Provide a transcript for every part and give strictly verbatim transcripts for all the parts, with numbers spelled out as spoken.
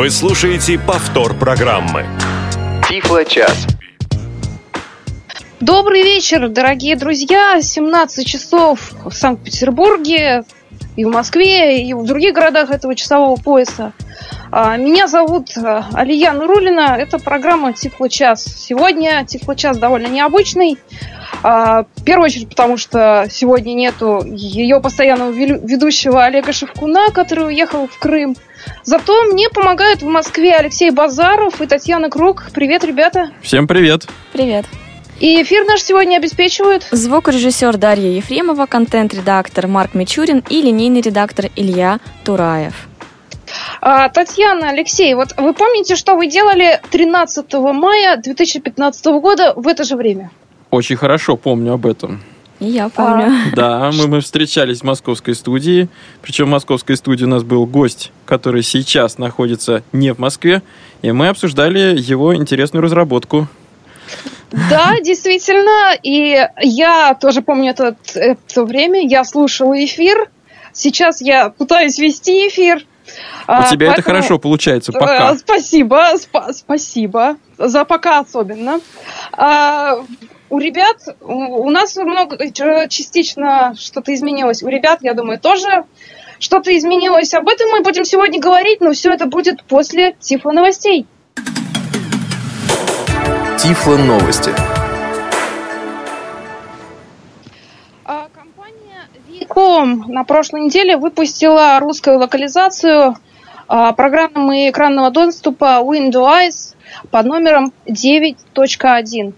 Вы слушаете повтор программы. Тифло-час. Добрый вечер, дорогие друзья. семнадцать часов в Санкт-Петербурге, и в Москве, и в других городах этого часового пояса. Меня зовут Алия Нуруллина. Это программа Тифло-час. Сегодня Тифло-час довольно необычный. В первую очередь, потому что сегодня нету ее постоянного ведущего Олега Шевкуна, который уехал в Крым. Зато мне помогают в Москве Алексей Базаров и Татьяна Круг. Привет, ребята. Всем привет. Привет. И эфир наш сегодня обеспечивают звукорежиссер Дарья Ефремова, контент-редактор Марк Мичурин и линейный редактор Илья Тураев. А, Татьяна, Алексей, вот вы помните, что вы делали тринадцатого мая две тысячи пятнадцатого года в это же время? Очень хорошо помню об этом. И я помню. А... Да, мы, мы встречались в московской студии. Причем в московской студии у нас был гость, который сейчас находится не в Москве. И мы обсуждали его интересную разработку. Да, действительно. И я тоже помню это, это время. Я слушала эфир. Сейчас я пытаюсь вести эфир. У а, тебя поэтому... это хорошо получается, пока. Спасибо, спа- спасибо. За пока особенно. А, у ребят, у, у нас много, частично что-то изменилось. У ребят, я думаю, тоже что-то изменилось. Об этом мы будем сегодня говорить, но все это будет после Тифло новостей. Тифло новости. Компания Виком на прошлой неделе выпустила русскую локализацию программы экранного доступа Windows под номером девять точка один.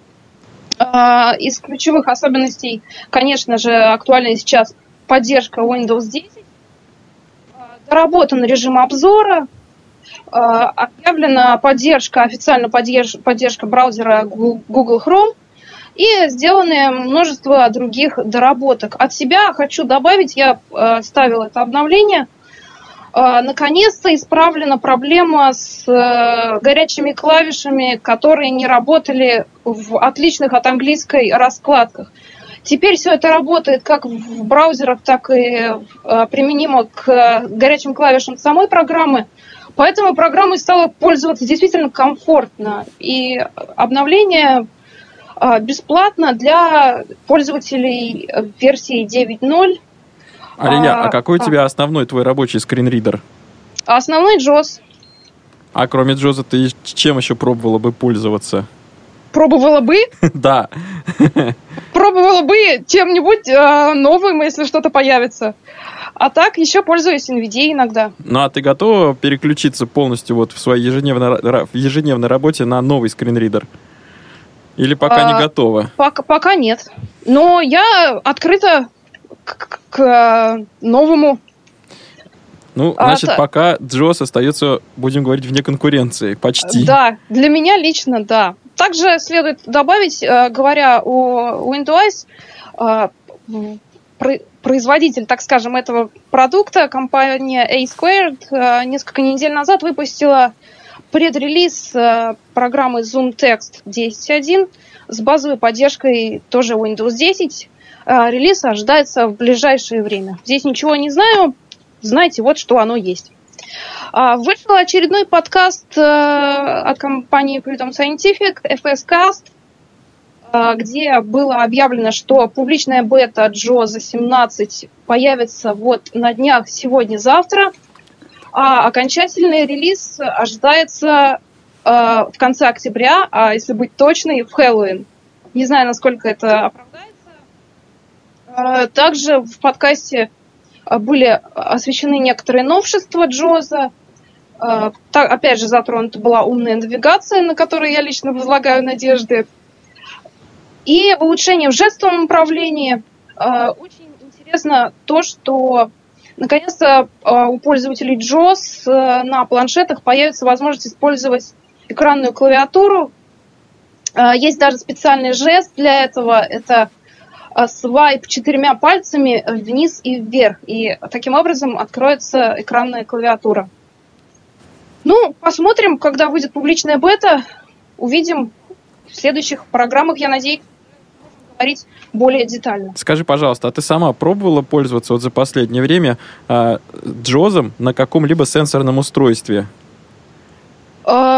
Из ключевых особенностей, конечно же, актуальна сейчас поддержка Windows десять, доработан режим обзора, объявлена поддержка, официально поддерж, поддержка браузера Google Chrome и сделаны множество других доработок. От себя хочу добавить, я ставила это обновление, наконец-то исправлена проблема с горячими клавишами, которые не работали в отличных от английской раскладках. Теперь все это работает как в браузерах, так и применимо к горячим клавишам самой программы. Поэтому программой стало пользоваться действительно комфортно. И обновление бесплатно для пользователей версии девять ноль. Алия, а, а какой а. у тебя основной твой рабочий скринридер? Основной джоз. А кроме джоза ты чем еще пробовала бы пользоваться? Пробовала бы? Да. Пробовала бы чем-нибудь э, новым, если что-то появится. А так еще пользуюсь эн ви ди иногда. Ну а ты готова переключиться полностью вот в своей ежедневной, в ежедневной работе на новый скринридер? Или пока а, не готова? Пока, пока нет. Но я открыта к, к новому. Ну, значит, а, пока джоз остается, будем говорить, вне конкуренции. Почти. Да, для меня лично, да. Также следует добавить, говоря о Windows, производитель, так скажем, этого продукта, компания A-Squared, несколько недель назад выпустила предрелиз программы Zoom Text десять точка один с базовой поддержкой тоже Windows десять. Релиз ожидается в ближайшее время. Здесь ничего не знаю, знаете, вот что оно есть. Вышел очередной подкаст от компании Freedom Scientific, эф эс Cast, где было объявлено, что публичная бета джоза семнадцать появится вот на днях сегодня-завтра, а окончательный релиз ожидается в конце октября, а если быть точной, в Хэллоуин. Не знаю, насколько это оправдается. Также в подкасте были освещены некоторые новшества джоза. Опять же, затронута была умная навигация, на которую я лично возлагаю надежды. И улучшение в жестовом управлении. Очень интересно то, что наконец-то у пользователей джоз на планшетах появится возможность использовать экранную клавиатуру. Есть даже специальный жест для этого. Это свайп четырьмя пальцами вниз и вверх. И таким образом откроется экранная клавиатура. Ну, посмотрим, когда выйдет публичная бета. Увидим в следующих программах, я надеюсь, говорить более детально. Скажи, пожалуйста, а ты сама пробовала пользоваться вот за последнее время э, джозом на каком-либо сенсорном устройстве?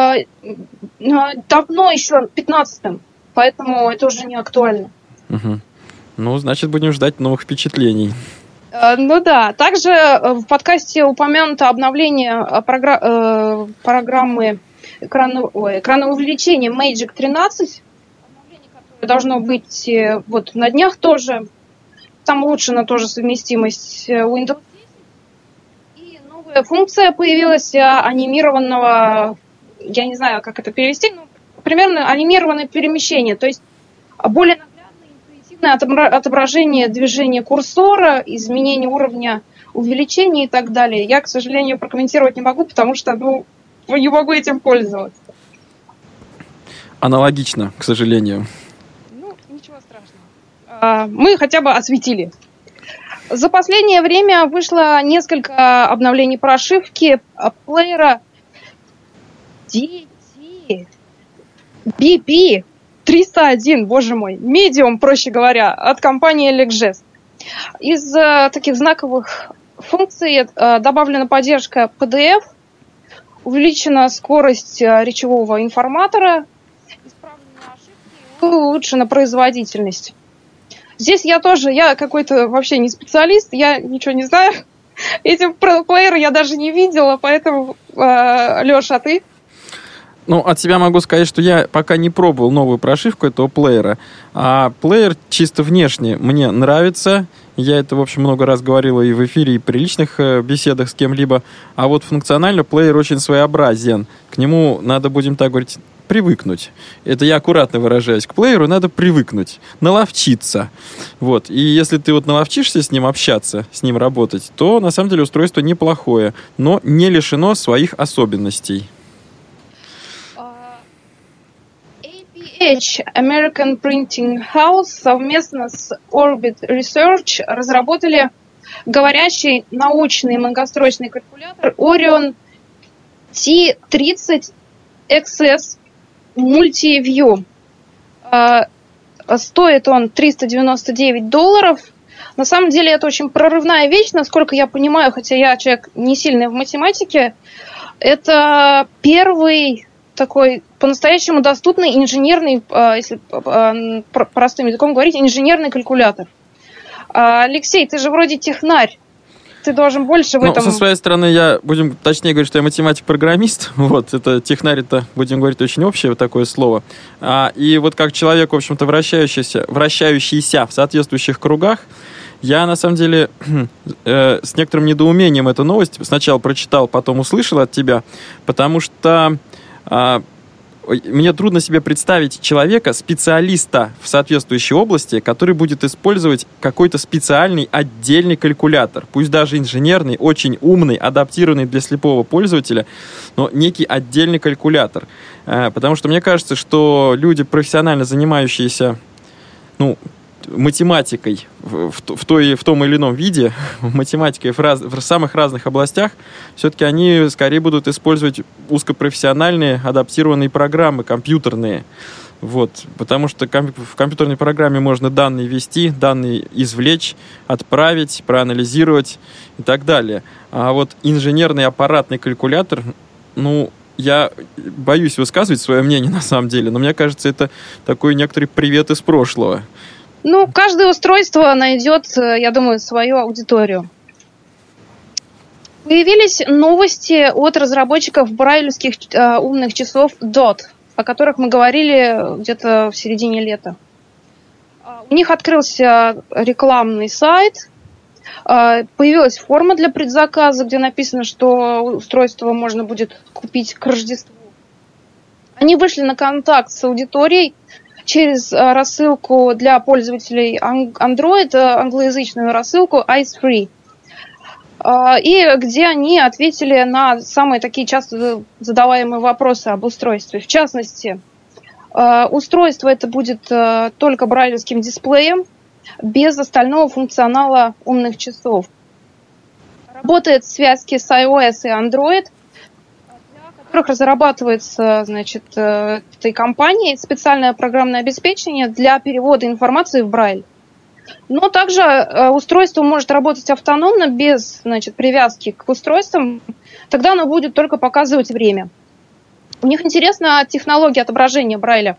давно еще, пятнадцатым, поэтому это уже не актуально. Угу. Ну, значит, будем ждать новых впечатлений. Ну да, также в подкасте упомянуто обновление програ- программы экранного, ой, экранного увеличения Magic тринадцать, обновление, которое должно быть вот на днях тоже. Там улучшена тоже совместимость Windows десять. И новая функция появилась анимированного, я не знаю, как это перевести, но примерно анимированное перемещение. То есть более наглядное, интуитивное отображение движения курсора, изменение уровня увеличения и так далее. Я, к сожалению, прокомментировать не могу, потому что ну, не могу этим пользоваться. Аналогично, к сожалению. Ну, ничего страшного. Мы хотя бы осветили. За последнее время вышло несколько обновлений прошивки плеера ди ти би пи триста один, боже мой, Medium, проще говоря, от компании Legest. Из uh, таких знаковых функций uh, добавлена поддержка пи ди эф, увеличена скорость uh, речевого информатора, исправлены ошибки и улучшена производительность. Здесь я тоже, я какой-то вообще не специалист, я ничего не знаю. Эти плееры я даже не видела, поэтому, uh, Леша, а ты? Ну, от себя могу сказать, что я пока не пробовал новую прошивку этого плеера. А плеер чисто внешне мне нравится. Я это, в общем, много раз говорил и в эфире, и при личных беседах с кем-либо. А вот функционально плеер очень своеобразен. К нему надо, будем так говорить, привыкнуть. Это я аккуратно выражаюсь. К плееру надо привыкнуть, наловчиться. Вот. И если ты вот наловчишься с ним общаться, с ним работать, то, на самом деле, устройство неплохое, но не лишено своих особенностей. эй пи эйч American Printing House совместно с Orbit Research разработали говорящий научный многострочный калькулятор Orion ти тридцать икс эс Multi-View. Стоит он триста девяносто девять долларов. На самом деле это очень прорывная вещь, насколько я понимаю, хотя я человек не сильный в математике. Это первый такой по-настоящему доступный инженерный, если простым языком говорить, инженерный калькулятор. Алексей, ты же вроде технарь. Ты должен больше в ну, этом... Со своей стороны, я, будем точнее говорить, что я математик-программист. Вот, это технарь, это, будем говорить, очень общее такое слово. А, и вот как человек, в общем-то, вращающийся, вращающийся в соответствующих кругах, я, на самом деле, э, с некоторым недоумением эту новость сначала прочитал, потом услышал от тебя, потому что э, мне трудно себе представить человека, специалиста в соответствующей области, который будет использовать какой-то специальный отдельный калькулятор, пусть даже инженерный, очень умный, адаптированный для слепого пользователя, но некий отдельный калькулятор. Э, потому что мне кажется, что люди, профессионально занимающиеся, ну, математикой в, в, той, в том или ином виде, математикой в, раз, в самых разных областях, все-таки они скорее будут использовать узкопрофессиональные адаптированные программы, компьютерные. Вот, потому что ком- в компьютерной программе можно данные ввести, данные извлечь, отправить, проанализировать и так далее. А вот инженерный аппаратный калькулятор, ну, я боюсь высказывать свое мнение на самом деле, но мне кажется, это такой некоторый привет из прошлого. Ну, каждое устройство найдет, я думаю, свою аудиторию. Появились новости от разработчиков брайлевских э, умных часов дот, о которых мы говорили где-то в середине лета. У них открылся рекламный сайт, э, появилась форма для предзаказа, где написано, что устройство можно будет купить к Рождеству. Они вышли на контакт с аудиторией через рассылку для пользователей Android, англоязычную рассылку IceFree, и где они ответили на самые такие часто задаваемые вопросы об устройстве. В частности, устройство это будет только брайлевским дисплеем, без остального функционала умных часов. Работает в связке с iOS и Android, в которых разрабатывается, значит, этой компанией специальное программное обеспечение для перевода информации в Брайль. Но также устройство может работать автономно, без, значит, привязки к устройствам. Тогда оно будет только показывать время. У них интересна технология отображения Брайля.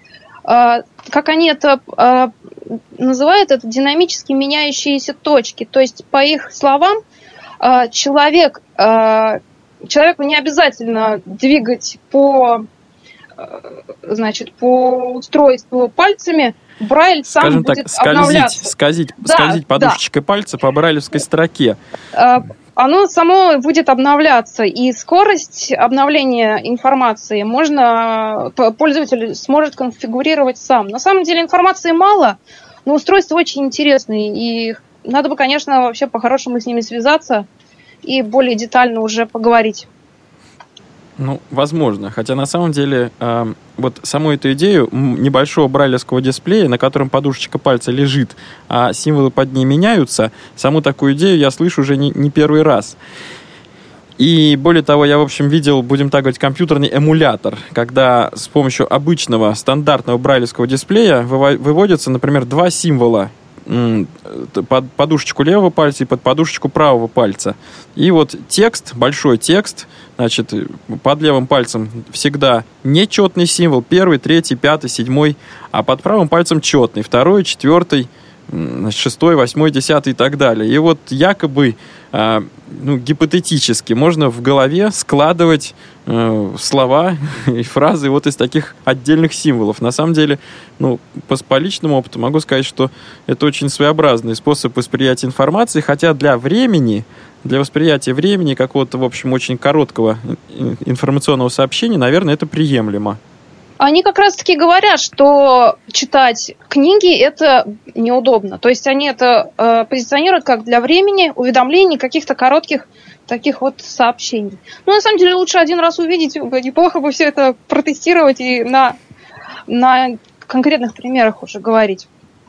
Как они это называют, это динамически меняющиеся точки. То есть, по их словам, человек, человеку не обязательно двигать по, значит, по устройству пальцами. Брайль сам Скажем будет так, скользить, обновляться. Скользить, да, скользить подушечкой да. пальца по брайлевской строке. Оно само будет обновляться, и скорость обновления информации можно, пользователь сможет конфигурировать сам. На самом деле информации мало, но устройства очень интересные, и надо бы, конечно, вообще по-хорошему с ними связаться и более детально уже поговорить. Ну, возможно. Хотя на самом деле э, вот саму эту идею небольшого брайлевского дисплея, на котором подушечка пальца лежит, а символы под ней меняются, саму такую идею я слышу уже не, не первый раз. И более того, я, в общем, видел, будем так говорить, компьютерный эмулятор, когда с помощью обычного стандартного брайлевского дисплея выводятся, например, два символа под подушечку левого пальца и под подушечку правого пальца. И вот текст, большой текст, значит, под левым пальцем всегда нечетный символ, первый, третий, пятый, седьмой, а под правым пальцем четный, второй, четвертый, шестой, восьмой, десятый и так далее. И вот якобы, ну, гипотетически можно в голове складывать слова и фразы вот из таких отдельных символов. На самом деле, ну, по, по личному опыту могу сказать, что это очень своеобразный способ восприятия информации, хотя для времени, для восприятия времени какого-то, в общем, очень короткого информационного сообщения, наверное, это приемлемо. Они как раз-таки говорят, что читать книги – это неудобно. То есть они это э, позиционируют как для времени, уведомлений, каких-то коротких таких вот сообщений. Ну, на самом деле, лучше один раз увидеть, неплохо бы все это протестировать и на, на конкретных примерах уже говорить.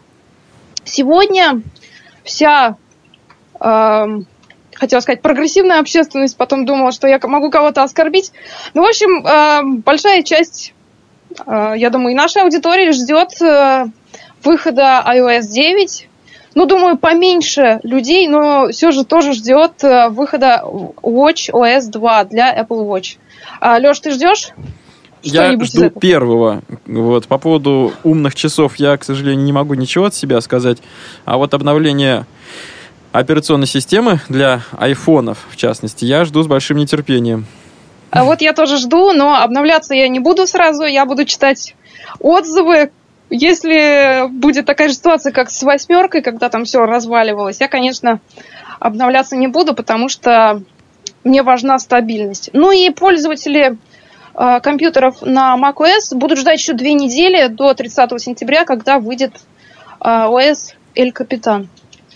Сегодня вся, э, хотела сказать, прогрессивная общественность, потом думала, что я могу кого-то оскорбить. Ну, в общем, э, большая часть... Я думаю, и наша аудитория ждет выхода ай о эс девять. Ну, думаю, поменьше людей, но все же тоже ждет выхода watch о эс два для Apple Watch. Леш, ты ждешь? Я жду первого. Вот. По поводу умных часов я, к сожалению, не могу ничего от себя сказать. А вот обновление операционной системы для айфонов, в частности, я жду с большим нетерпением. А вот я тоже жду, но обновляться я не буду сразу, я буду читать отзывы. Если будет такая же ситуация, как с восьмеркой, когда там все разваливалось, я, конечно, обновляться не буду, потому что мне важна стабильность. Ну и пользователи э, компьютеров на macOS будут ждать еще две недели до тридцатого сентября, когда выйдет э, о эс El Capitan.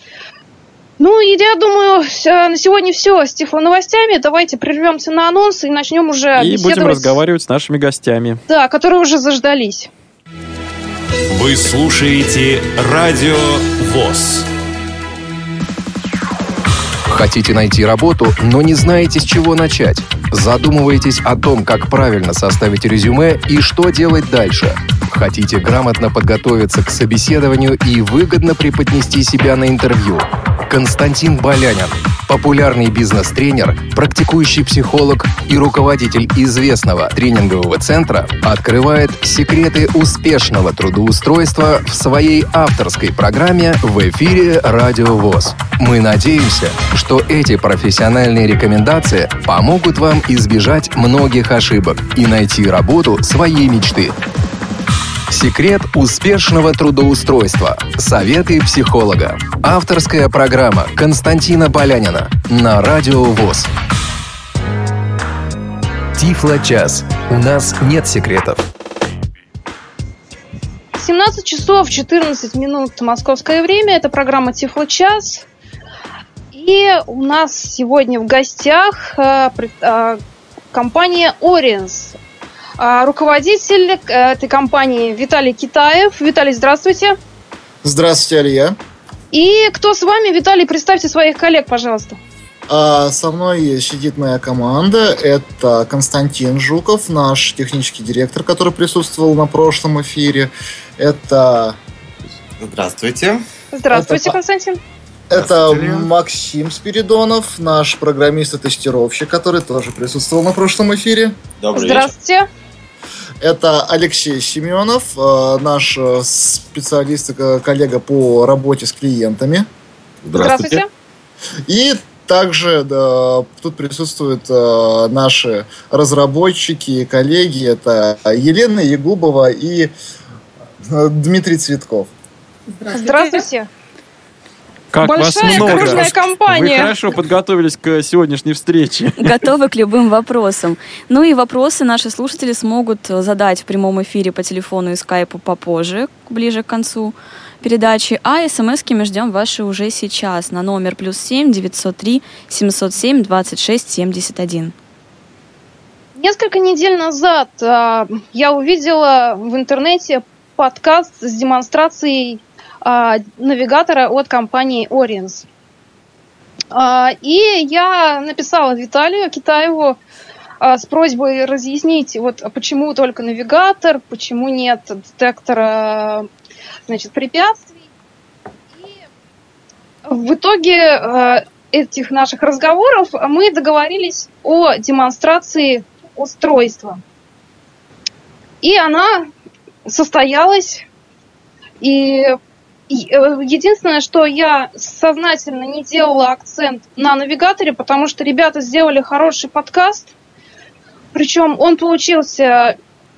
Ну, и я думаю, на сегодня все с тифлоновостями. Давайте прервемся на анонс и начнем уже и беседовать. И будем разговаривать с нашими гостями. Да, которые уже заждались. Вы слушаете Радио ВОС. Хотите найти работу, но не знаете, с чего начать? Задумываетесь о том, как правильно составить резюме и что делать дальше? Хотите грамотно подготовиться к собеседованию и выгодно преподнести себя на интервью? Константин Балянин, популярный бизнес-тренер, практикующий психолог и руководитель известного тренингового центра, открывает секреты успешного трудоустройства в своей авторской программе в эфире Радио ВОС. Мы надеемся, что эти профессиональные рекомендации помогут вам избежать многих ошибок и найти работу своей мечты. Секрет успешного трудоустройства. Советы психолога. Авторская программа Константина Балянина на Радио ВОС. Тифло-час. У нас нет секретов. семнадцать часов четырнадцать минут московское время. Это программа Тифло-час. И у нас сегодня в гостях э, э, компания Oriens. Руководитель этой компании Виталий Китаев. Виталий, здравствуйте. Здравствуйте, Алия. И кто с вами? Виталий, представьте своих коллег, пожалуйста. А со мной сидит моя команда. Это Константин Жуков, наш технический директор, который присутствовал на прошлом эфире. Это... Здравствуйте. Здравствуйте, это... Константин. Это Максим Спиридонов, наш программист и тестировщик, который тоже присутствовал на прошлом эфире. Добрый Здравствуйте. Вечер. Это Алексей Семенов, наш специалист и коллега по работе с клиентами. Здравствуйте. И также да, тут присутствуют э, наши разработчики и коллеги. Это Елена Ягубова и э, Дмитрий Цветков. Здравствуйте. Здравствуйте. Как Большая вас много. Кружная компания. Вы хорошо подготовились к сегодняшней встрече. Готовы к любым вопросам. Ну и вопросы наши слушатели смогут задать в прямом эфире по телефону и скайпу попозже, ближе к концу передачи, а смс-ки мы ждем ваши уже сейчас на номер плюс семь девятьсот три семьсот семь двадцать шесть семьдесят один. Несколько недель назад э, я увидела в интернете подкаст с демонстрацией э, навигатора от компании Oriens. Э, и я написала Виталию Китаеву э, с просьбой разъяснить, вот, почему только навигатор, почему нет детектора значит, препятствий. И в итоге э, этих наших разговоров мы договорились о демонстрации устройства. И она состоялась. И, и единственное, что я сознательно не делала акцент на навигаторе, потому что ребята сделали хороший подкаст. Причем он получился...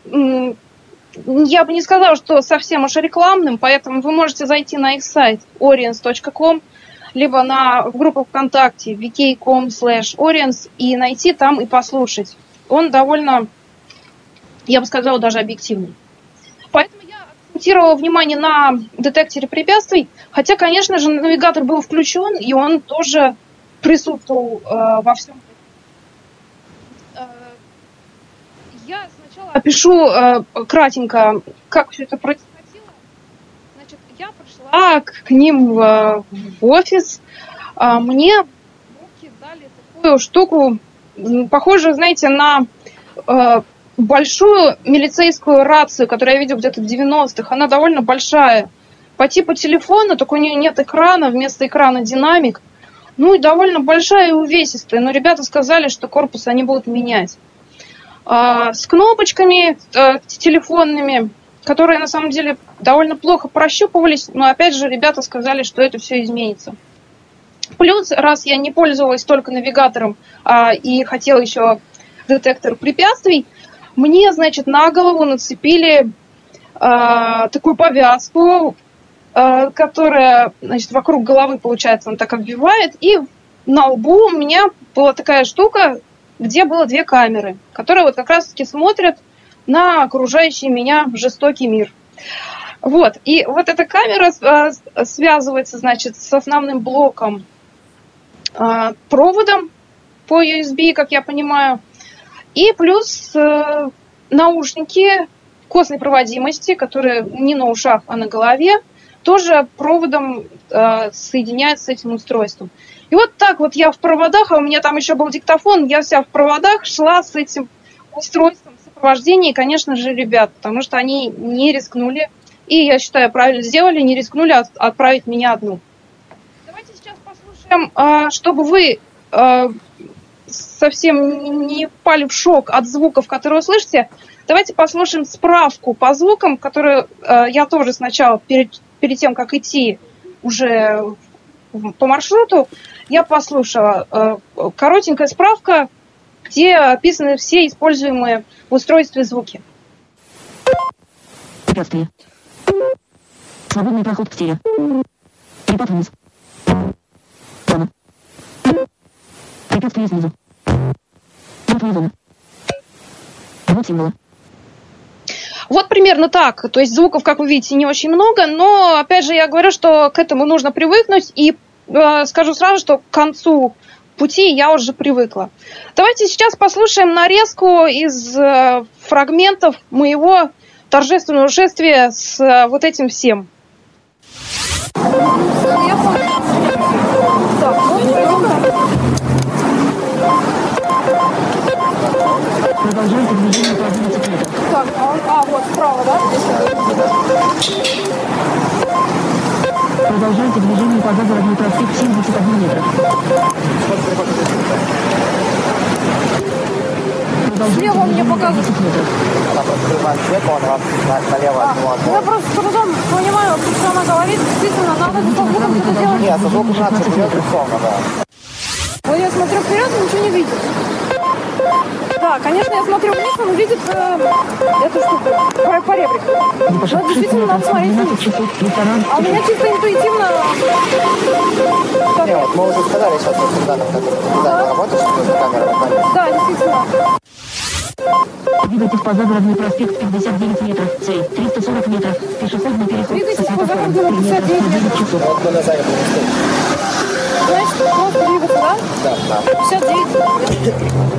Я бы не сказала, что совсем уж рекламным, поэтому вы можете зайти на их сайт oriens точка ком, либо на в группу ВКонтакте ви кей точка ком слэш oriens и найти там и послушать. Он довольно, я бы сказала, даже объективный. Поэтому я акцентировала внимание на детекторе препятствий, хотя, конечно же, навигатор был включен, и он тоже присутствовал э, во всем. Э, я Опишу э, кратенько, как все это происходило. Значит, я пришла к, к ним в, в офис. А мне в руки дали такую штуку, похожую, знаете, на э, большую милицейскую рацию, которую я видела где-то в девяностых. Она довольно большая. По типу телефона, только у нее нет экрана, вместо экрана динамик. Ну и довольно большая и увесистая. Но ребята сказали, что корпус они будут менять. С кнопочками э, телефонными, которые на самом деле довольно плохо прощупывались, но опять же ребята сказали, что это все изменится. Плюс, раз я не пользовалась только навигатором а, и хотела еще детектор препятствий, мне, значит, на голову нацепили а, такую повязку, а, которая, значит, вокруг головы, получается, он так обвивает, и на лбу у меня была такая штука, где было две камеры, которые вот как раз-таки смотрят на окружающий меня жестокий мир. Вот. И вот эта камера э, связывается, значит, с основным блоком э, проводом по ю эс би, как я понимаю, и плюс э, наушники костной проводимости, которые не на ушах, а на голове, тоже проводом э, соединяются с этим устройством. И вот так вот я в проводах, а у меня там еще был диктофон, я вся в проводах шла с этим устройством в сопровождении, конечно же, ребят, потому что они не рискнули, и я считаю, правильно сделали, не рискнули отправить меня одну. Давайте сейчас послушаем, чтобы вы совсем не впали в шок от звуков, которые вы слышите, давайте послушаем справку по звукам, которые я тоже сначала, перед, перед тем, как идти уже по маршруту, я послушала. Коротенькая справка, где описаны все используемые в устройстве звуки. Препятствие. Свободный проход к стиле. Перепад вниз. Зона. Препятствие снизу. Мертвая зона. Вот символы. Вот примерно так. То есть звуков, как вы видите, не очень много, но, опять же, я говорю, что к этому нужно привыкнуть, и э, скажу сразу, что к концу пути я уже привыкла. Давайте сейчас послушаем нарезку из э, фрагментов моего торжественного шествия с э, вот этим всем. Продолжайте движение по одиннадцати метров. Так, а, а вот справа, да? Продолжайте движение по Загородный проспект семьдесят один метров. Слева мне показывают. Она просто открывает свет, он вас налево от него. Я просто с трудом понимаю, что она говорит. Действительно, надо со звуком что-то делать. Нет, со звуком надо вперед, безусловно, да. Вот я смотрю вперед и ничего не видит. Да, конечно, я смотрю вниз, он видит э, эту штуку, по, по ребрику. Но действительно надо смотреть вниз. А у меня чисто интуитивно... Не, вот мы уже сказали сейчас, вот когда да. работаешь, что за камера выходит. Да, действительно. Двигайтесь по Загородный проспект пятьдесят девять метров. Цель триста сорок метров. Пешеходный переход. Двигайтесь по Загородному пятьдесят девять метров. Вот мы на Загородном проспекте. Значит, просто двигаться, да? Да, да. пятьдесят девять.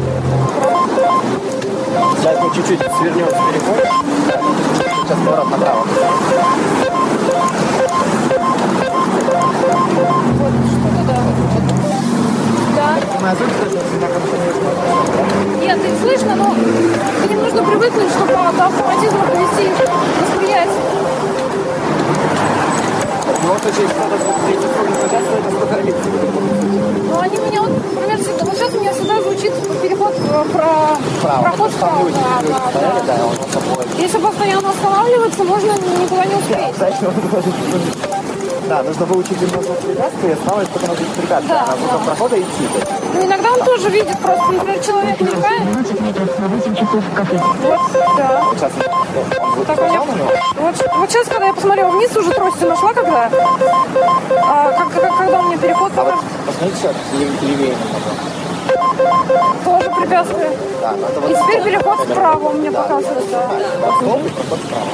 Сейчас мы чуть-чуть свернем с перехода. Сейчас поворот направо. Вот, что-то да. Да. Нет, их слышно, но к ним нужно привыкнуть, чтобы до автоматизма повести восприятие. Ну, вот очень надо смотреть, ну, они меня, вот, например, всегда, вот сейчас у меня всегда звучит переход про право. проход вправо. Да, да, да. Да, он собой. Если постоянно останавливаться, можно никуда не успеть. Да, нужно выучить немного препятствия и останавливаться только на препятствия, Да, а на звуком да. прохода идти. Ну, иногда он тоже видит, просто, например, человек мелькает. двенадцать метров на восемь часов в кафе. Вот, да. Вот сейчас он будет Так у меня... на него. вот, вот сейчас, когда я посмотрела вниз, уже тростью нашла, когда, а, как, как, когда у меня переход А вот покажет, посмотрите сейчас лев- левее немного. тоже препятствие. Да, ну это вот И теперь стоп. переход Это- вправо у меня да. показывает. Да. Вот стоп и проход вправо.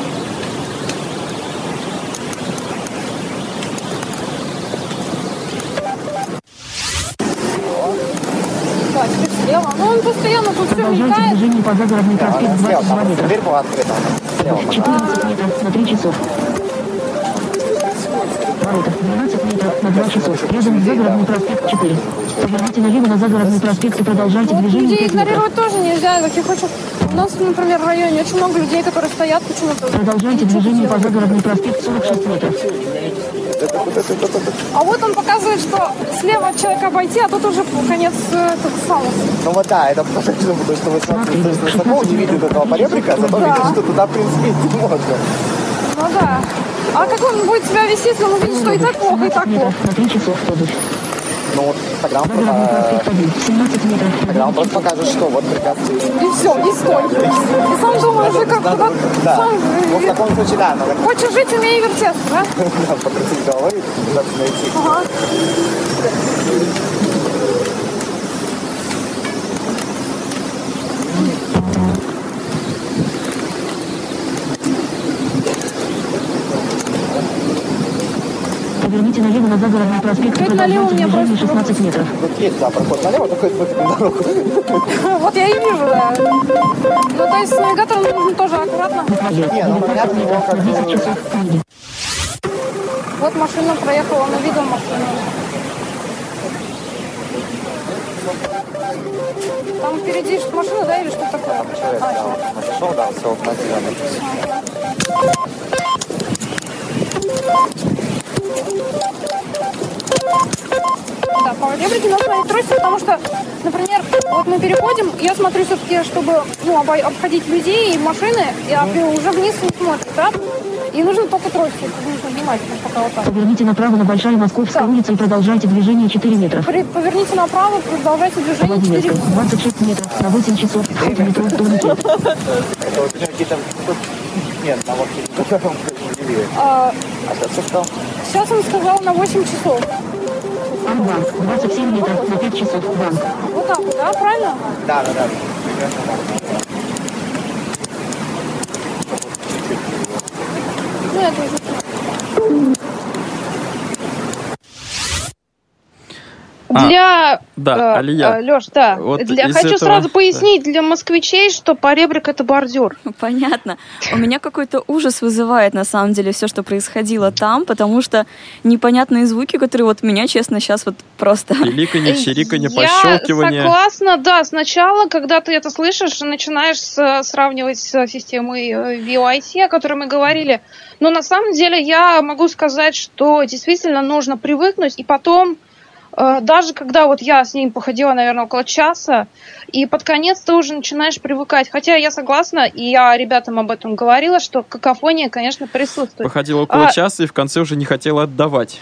Да, теперь слева. Ну, он постоянно тут все Продолжайте мелькает. движение по Загородный Да, проспект она слева, двадцать два там метра. дверь была открыта, она слева. четырнадцать метров на три часов. Ворота двенадцать метров на два часов. Рядом Загородный проспект четыре. Поверните налево на Загородный проспект и продолжайте Вот движение людей пять метров. игнорировать тоже нельзя. Таких очень... У нас, например, в районе очень много людей, которые стоят почему-то. Продолжайте Ничего движение по делают. Загородный проспект сорок шесть метров. А вот он показывает, что слева от человека обойти, а тут уже конец э, тот самый. Ну вот да, это потому что вы смотрите, высоко не видит этого поребрика, зато Да. видит, что туда, в принципе, идти можно. Ну да. А как он будет себя вести, если он увидит, что и так плохо, и так плохо? Метров на три часов ходишь. Ну вот тогда он, Загородный просто, проспект один. семнадцать метров. тогда он просто покажет, что вот препятствие. И все, и стой. И сам думаешь, что как куда Да, сам... ну в таком случае, да, надо Хочешь жить, умей вертеться, да? покрутить головой и пытаться найти. Ага. Поверните налево на Загородный проспект и Тут налево у продолжайте меня движение просто- шестнадцать метров. Вот есть, да, проход налево, только это выход на дорогу. Вот я и вижу, да. Ну, то есть с навигатором нужно тоже аккуратно. Не, ну понятно, его как На десять бы... часов впереди. Вот машина проехала, она видела машину. Там впереди что, машина, да, или что такое? Человек, А, да, человек. он зашел, да, все, автоматизировано. Да, по ребрике надо смотреть трости, потому что, например, вот мы переходим, я смотрю все-таки, чтобы ну, обой- обходить людей и машины, и а уже вниз не смотрит, да? И нужно только трости, нужно внимательно, пока вот так. Поверните направо на Большая Московская Да. улица и продолжайте движение четыре метра. При- поверните направо, продолжайте движение Владимирская, четыре. двадцать шесть метров на восемь часов. Вход в метро турникет. Это вот у него какие-то... Нет, на вот котором левее. А, А сейчас что сказал? сейчас он сказал на восемь часов. Амбанк, двадцать семь метров на пять часов. Банк. Вот так вот, да, правильно? Да, да, да. Примерно так. Ну, это уже... А. Для Я, Да, э, Алия. э, Лёш, да. Вот Для- из хочу этого- сразу пояснить для москвичей, что поребрик — это бордюр. Понятно. У меня какой-то ужас вызывает, на самом деле, все, что происходило там, потому что непонятные звуки, которые вот меня, честно, сейчас вот просто... Пиликанье, чириканье, Я пощелкивание. согласна, да. Сначала, когда ты это слышишь, начинаешь с- сравнивать с системой э, ви о ай ти, о которой мы говорили. Но на самом деле я могу сказать, что действительно нужно привыкнуть, и потом, э, даже когда вот я с ним походила, наверное, около часа, и под конец ты уже начинаешь привыкать. Хотя я согласна, и я ребятам об этом говорила, что какофония, конечно, присутствует. Походила около А- часа и в конце уже не хотела отдавать.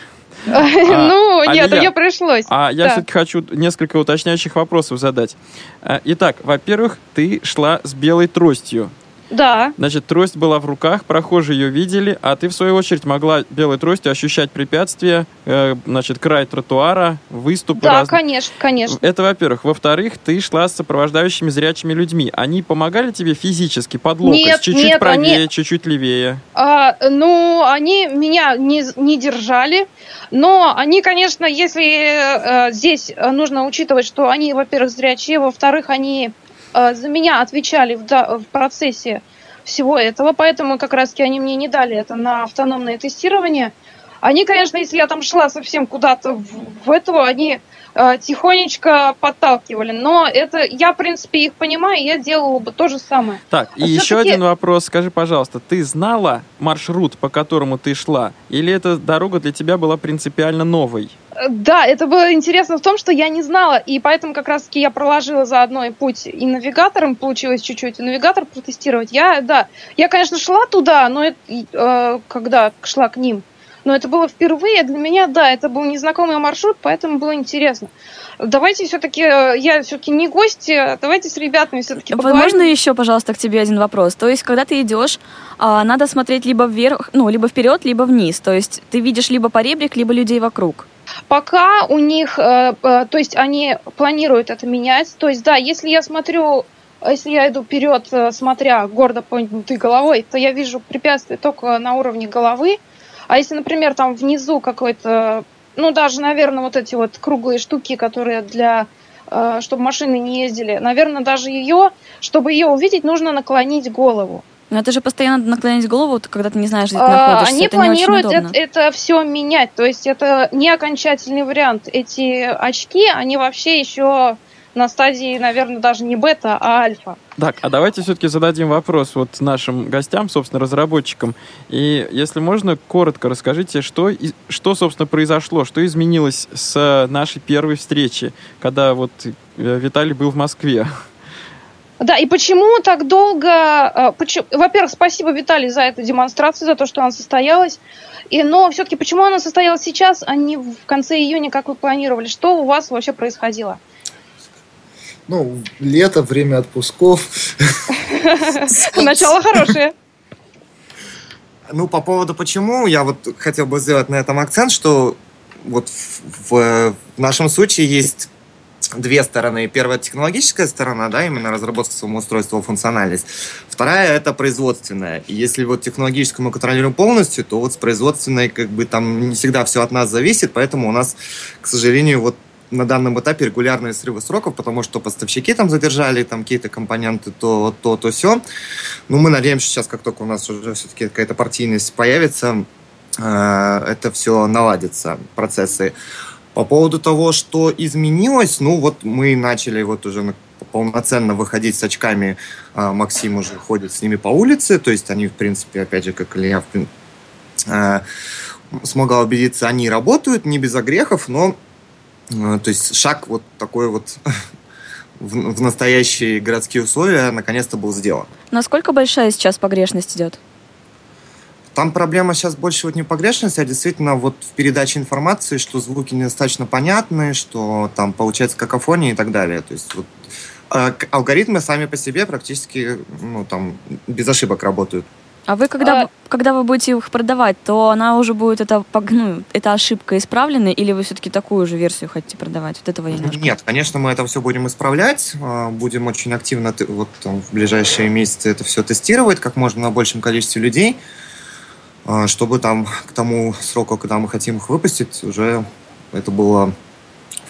Ну, нет, Алия, мне пришлось. А я Да. все-таки хочу несколько уточняющих вопросов задать. А, Итак, во-первых, ты шла с белой тростью. Да. Значит, трость была в руках, прохожие ее видели, а ты, в свою очередь, могла белой тростью ощущать препятствия, э, значит, край тротуара, выступы Да, разные. конечно, конечно. Это, во-первых. Во-вторых, ты шла с сопровождающими зрячими людьми. Они помогали тебе физически, под локоть? Нет, чуть-чуть нет, правее, они- чуть-чуть левее? А, ну, они меня не, не держали, но они, конечно, если э, здесь нужно учитывать, что они, во-первых, зрячие, во-вторых, они э, за меня отвечали в, да- в процессе всего этого, поэтому как раз-таки они мне не дали это на автономное тестирование. Они, конечно, если я там шла совсем куда-то в, в этого, они э, тихонечко подталкивали, но это, я, в принципе, их понимаю, я делала бы то же самое. Так, и А еще всё-таки- один вопрос. Скажи, пожалуйста, ты знала маршрут, по которому ты шла? Или эта дорога для тебя была принципиально новой? Да, это было интересно в том, что я не знала, и поэтому как раз-таки я проложила заодно и путь и навигатором, получилось чуть-чуть, и навигатор протестировать. Я, да, я, конечно, шла туда, но это, э, когда шла к ним, но это было впервые для меня, да, это был незнакомый маршрут, поэтому было интересно. Давайте все-таки, я все-таки не гость, давайте с ребятами все-таки поговорим. Можно еще, пожалуйста, к тебе один вопрос? То есть, когда ты идешь, а, надо смотреть либо вверх, ну, либо вперед, либо вниз. То есть, ты видишь либо поребрик, либо людей вокруг. Пока у них, э, э, то есть они планируют это менять. То есть, да, если я смотрю, если я иду вперед, э, смотря гордо поднятой головой, то я вижу препятствия только на уровне головы. А если, например, там внизу какой-то, ну, даже, наверное, вот эти вот круглые штуки, которые для, э, чтобы машины не ездили, наверное, даже ее, чтобы ее увидеть, нужно наклонить голову. Но это же постоянно наклонять голову, когда ты не знаешь, где ты А, находишься. Они это не очень планируют удобно. это, это все менять. То есть это не окончательный вариант. Эти очки, они вообще еще на стадии, наверное, даже не бета, а альфа. Так, а давайте все-таки зададим вопрос вот нашим гостям, собственно, разработчикам. И, если можно, коротко расскажите, что, и- что собственно, произошло, что изменилось с нашей первой встречи, когда вот э, Виталий был в Москве. Да, и почему так долго... э, почему- Во-первых, спасибо, Виталий, за эту демонстрацию, за то, что она состоялась. И, но все-таки почему она состоялась сейчас, а не в конце июня, как вы планировали? Что у вас вообще происходило? Ну, лето, время отпусков. Начало хорошее. Ну, по поводу почему, я вот хотел бы сделать на этом акцент, что вот в, в нашем случае есть две стороны. Первая — технологическая сторона, да, именно разработка самого устройства, функциональность. Вторая — это производственная. И если вот технологическую мы контролируем полностью, то вот с производственной как бы там не всегда все от нас зависит, поэтому у нас, к сожалению, вот на данном этапе регулярные срывы сроков, потому что поставщики там задержали там какие-то компоненты, то, то, то, сё. Ну, мы надеемся, сейчас, как только у нас уже все-таки какая-то партийность появится, э, это все наладится, процессы. По поводу того, что изменилось, ну, вот мы начали вот уже полноценно выходить с очками, э, Максим уже ходит с ними по улице, то есть они, в принципе, опять же, как Илья э, смогла убедиться, они работают, не без огрехов, но то есть шаг вот такой вот в, в настоящие городские условия наконец-то был сделан. Насколько большая сейчас погрешность идет? Там проблема сейчас больше вот не погрешность, а действительно вот в передаче информации, что звуки недостаточно понятны, что там получается какофония и так далее. То есть вот, э, алгоритмы сами по себе практически ну, там, без ошибок работают. А вы, когда, А- когда вы будете их продавать, то она уже будет, эта, пог- ну, эта ошибка исправлена, или вы все-таки такую же версию хотите продавать? Вот этого я немножко... Нет, конечно, мы это все будем исправлять, э, будем очень активно т- вот, там, в ближайшие месяцы это все тестировать, как можно на большем количестве людей, э, чтобы там к тому сроку, когда мы хотим их выпустить, уже это было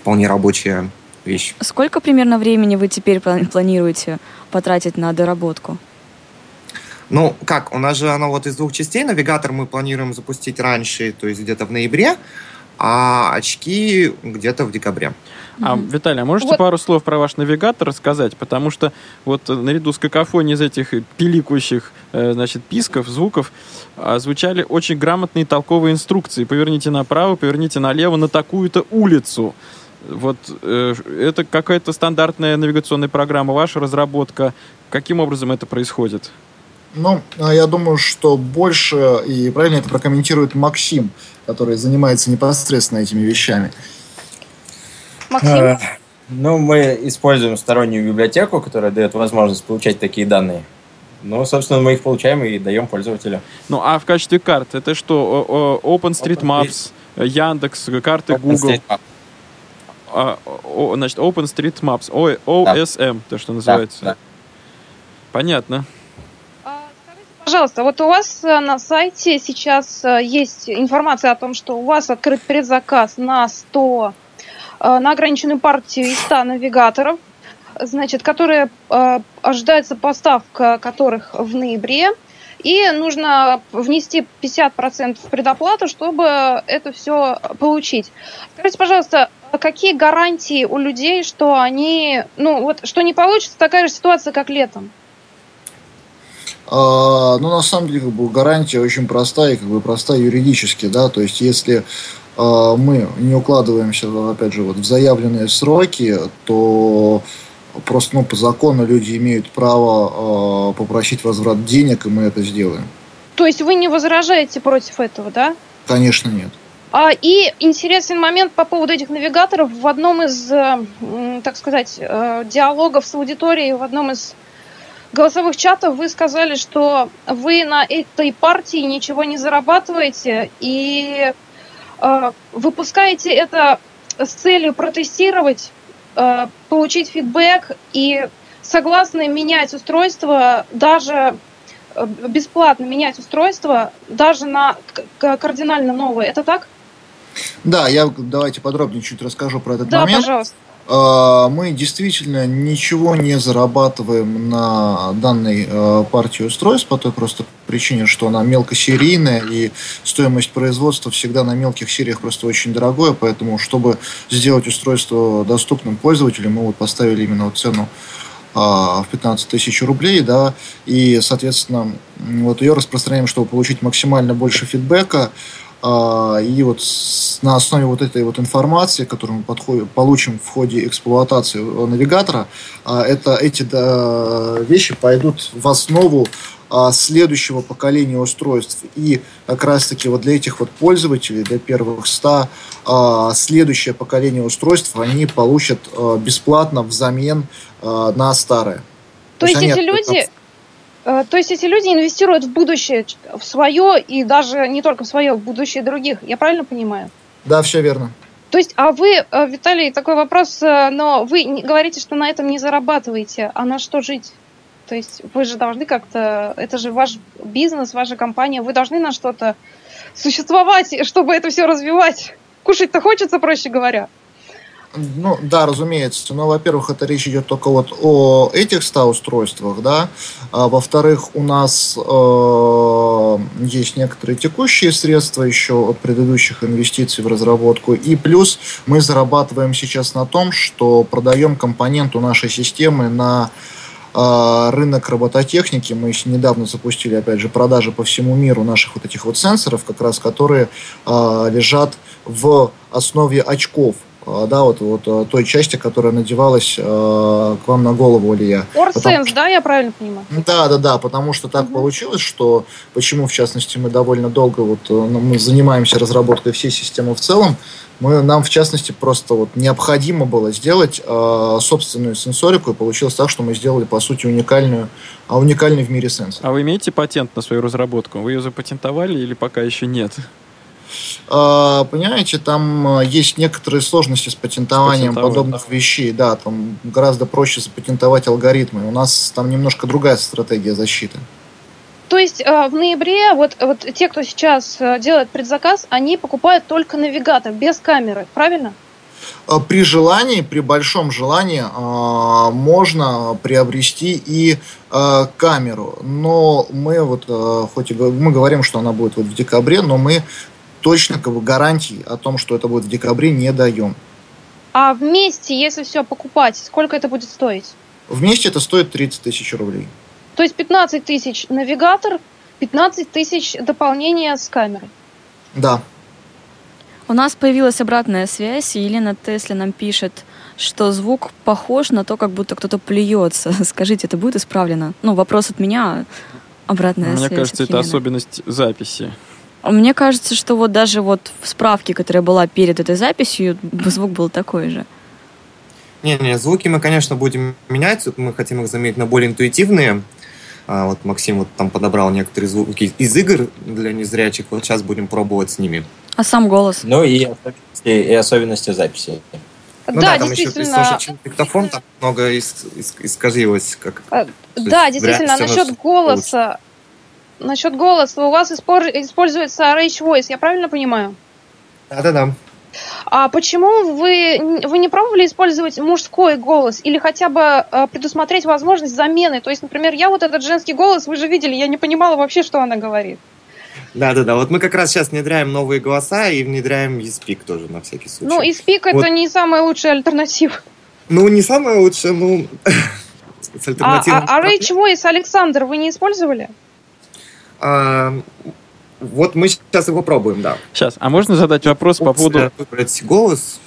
вполне рабочая вещь. Сколько примерно времени вы теперь планируете потратить на доработку? Ну, как, у нас же оно вот из двух частей. Навигатор мы планируем запустить раньше, то есть где-то в ноябре, а очки где-то в декабре. А, Виталий, а можете Вот. пару слов про ваш навигатор рассказать? Потому что вот наряду с какофонией из этих пиликающих, э, значит, писков, звуков, э, звучали очень грамотные толковые инструкции. Поверните направо, поверните налево на такую-то улицу. Вот э, это какая-то стандартная навигационная программа, ваша разработка. Каким образом это происходит? Ну, я думаю, что больше и правильно это прокомментирует Максим, который занимается непосредственно этими вещами. Максим? Э, Ну, мы используем стороннюю библиотеку, которая дает возможность получать такие данные. Ну, собственно, мы их получаем и даем пользователю. Ну, а в качестве карт это что? О- о- OpenStreetMaps, Яндекс, карты Google. OpenStreetMap. А, о- значит, OpenStreetMaps, О- о эс эм, то, что называется. Да, да. Понятно. Пожалуйста, вот у вас э, на сайте сейчас э, есть информация о том, что у вас открыт предзаказ на сто, э, на ограниченную партию из ста навигаторов, значит, которые э, ожидается поставка которых в ноябре, и нужно внести пятьдесят процентов предоплату, чтобы это все получить. Скажите, пожалуйста, какие гарантии у людей, что они, ну вот, что не получится такая же ситуация, как летом? А, ну, на самом деле, как бы, гарантия очень простая, и как бы простая юридически, да, то есть, если а, мы не укладываемся, опять же, вот, в заявленные сроки, то просто, ну, по закону люди имеют право а, попросить возврат денег, и мы это сделаем. То есть вы не возражаете против этого, да? Конечно, нет. А, и интересный момент по поводу этих навигаторов. В одном из, э, м, так сказать, э, диалогов с аудиторией, в одном из голосовых чатов вы сказали, что вы на этой партии ничего не зарабатываете и э, выпускаете это с целью протестировать, э, получить фидбэк и согласны менять устройство, даже э, бесплатно менять устройство, даже на к- к- кардинально новое. Это так? Да, я давайте подробнее чуть расскажу про этот Да, момент. пожалуйста. А, Мы действительно ничего не зарабатываем на данной э, партии устройств по той простой причине, что она мелкосерийная, и стоимость производства всегда на мелких сериях просто очень дорогое, поэтому, чтобы сделать устройство доступным пользователям, мы вот поставили именно вот цену а, в пятнадцать тысяч рублей, да, и, соответственно, м, вот ее распространяем, чтобы получить максимально больше фидбэка. А, И вот с- на основе вот этой вот информации, которую мы подходим- получим в ходе эксплуатации э, навигатора, а, это, эти да, вещи пойдут в основу а, следующего поколения устройств. И как раз-таки вот для этих вот пользователей, для первых ста, а, следующее поколение устройств они получат а, бесплатно взамен а, на старое. То есть они эти люди, э, то есть эти люди инвестируют в будущее, ч- в свое и даже не только в свое, в будущее других. Я правильно понимаю? Да, все верно. То есть, а вы, э, Виталий, такой вопрос, э, но вы не- говорите, что на этом не зарабатываете, а на что жить? То есть вы же должны как-то, это же ваш бизнес, ваша компания, вы должны на что-то существовать, чтобы это все развивать. Кушать-то хочется, проще говоря. Ну, да, разумеется. Но, во-первых, это речь идет только вот о этих ста устройствах, да. А, во-вторых, у нас э, есть некоторые текущие средства еще от предыдущих инвестиций в разработку. И плюс мы зарабатываем сейчас на том, что продаем компоненту нашей системы на э, рынок робототехники. Мы с- недавно запустили, опять же, продажи по всему миру наших вот этих вот сенсоров, как раз которые э, лежат в основе очков. э, Да, вот, вот э, той части, которая надевалась э, к вам на голову, Илья. Орсенс, да, я правильно понимаю? Да, да, да, потому что так Мгм. получилось, что почему, в частности, мы довольно долго вот, э, ну, мы занимаемся разработкой всей системы в целом, мы, нам, в частности, просто вот необходимо было сделать э, собственную сенсорику, и получилось так, что мы сделали, по сути, уникальную, а уникальный в мире сенсор. А вы имеете патент на свою разработку? Вы ее запатентовали или пока еще нет? А, Понимаете, там э, есть некоторые сложности с патентованием С патентованием. подобных вещей. Да, там гораздо проще запатентовать алгоритмы. У нас там немножко другая стратегия защиты. То есть э, в ноябре вот, вот те, кто сейчас э, делает предзаказ, они покупают только навигатор, без камеры, правильно? При желании, при большом желании можно приобрести и камеру. Но мы вот, хоть и мы говорим, что она будет вот в декабре, но мы точно как бы гарантий о том, что это будет в декабре, не даем. А вместе, если все покупать, сколько это будет стоить? Вместе это стоит тридцать тысяч рублей. То есть пятнадцать тысяч навигатор, пятнадцать тысяч дополнения с камерой. Да. У нас появилась обратная связь, и Елена Тесли нам пишет, что звук похож на то, как будто кто-то плюется. Скажите, это будет исправлено? Ну, вопрос от меня, обратная Мне связь. Мне кажется, это особенность записи. Мне кажется, что вот даже вот в справке, которая была перед этой записью, звук был такой же. Не-не, звуки мы, конечно, будем менять. Мы хотим их заменить на более интуитивные. А вот Максим вот там подобрал некоторые звуки из игр для незрячих. Вот сейчас будем пробовать с ними. А сам голос? Ну и особенности, и особенности записи. Ну да, да, там действительно. еще слушать диктофон, там много ис- ис- исказилось. Как... Да, действительно, насчет голоса. Насчет голоса. У вас используется Rage Voice, я правильно понимаю? Да-да-да. А почему вы, вы не пробовали использовать мужской голос или хотя бы предусмотреть возможность замены? То есть, например, я вот этот женский голос, вы же видели, я не понимала вообще, что она говорит. Да-да-да, вот мы как раз сейчас внедряем новые голоса и внедряем eSpeak тоже на всякий случай. Ну, eSpeak вот. Это не самая лучшая альтернатива. Ну, не самая лучшая, ну... с альтернативным... А, а, а Rage Voice, Александр, вы не использовали? А, вот мы сейчас его пробуем, да. Сейчас, а можно задать вопрос по поводу... Выбрать голос.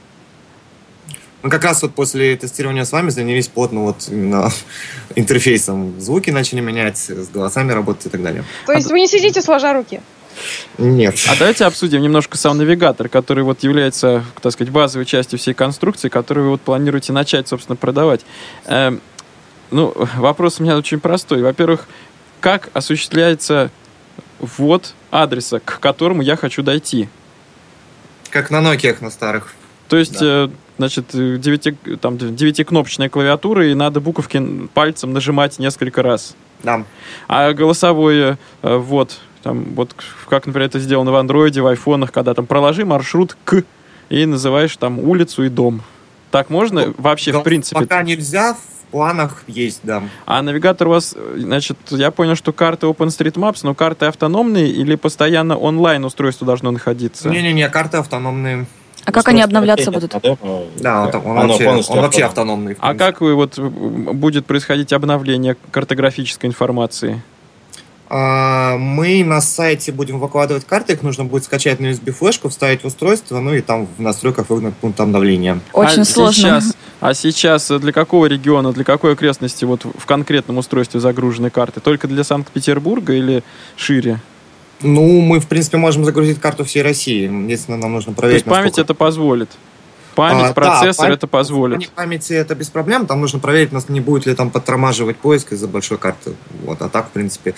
Мы как раз вот после тестирования с вами занялись плотно вот именно интерфейсом. Звуки начали менять, с голосами работать и так далее. То есть а вы не сидите сложа руки? Нет. А давайте обсудим немножко сам навигатор, который вот является, так сказать, базовой частью всей конструкции, которую вы вот планируете начать, собственно, продавать. Эм, ну, вопрос у меня очень простой. Во-первых, как осуществляется ввод адреса, к которому я хочу дойти? Как на Nokia, на старых. То есть, да. э, значит, девяти, там, девятикнопочная клавиатура, и надо буковки пальцем нажимать несколько раз. Да. А голосовой э, ввод, там, вот как, например, это сделано в андроиде, в айфонах, когда там проложи маршрут к, и называешь там улицу и дом. Так можно? Ну, вообще, в принципе? Пока нельзя, в планах есть, да. А навигатор у вас, значит, я понял, что карты OpenStreetMaps, но карты автономные или постоянно онлайн устройство должно находиться? Не-не-не, карты автономные. А как они обновляться будут? Да, он, он, он, вообще, он вообще автономный. А как вы вот будет происходить обновление картографической информации? А, мы на сайте будем выкладывать карты, их нужно будет скачать на ю эс би-флешку, вставить в устройство, ну и там в настройках выгнать пункт обновления. Очень а сложно. Сейчас, а сейчас для какого региона, для какой окрестности вот в конкретном устройстве загружены карты? Только для Санкт-Петербурга или шире? Ну, мы, в принципе, можем загрузить карту всей России. Единственное, нам нужно проверить, То есть память это позволит? Память, а, процессор да, память, это позволит? В памяти это без проблем. Там нужно проверить, нас не будет ли там подтормаживать поиск из-за большой карты. Вот. А так, в принципе,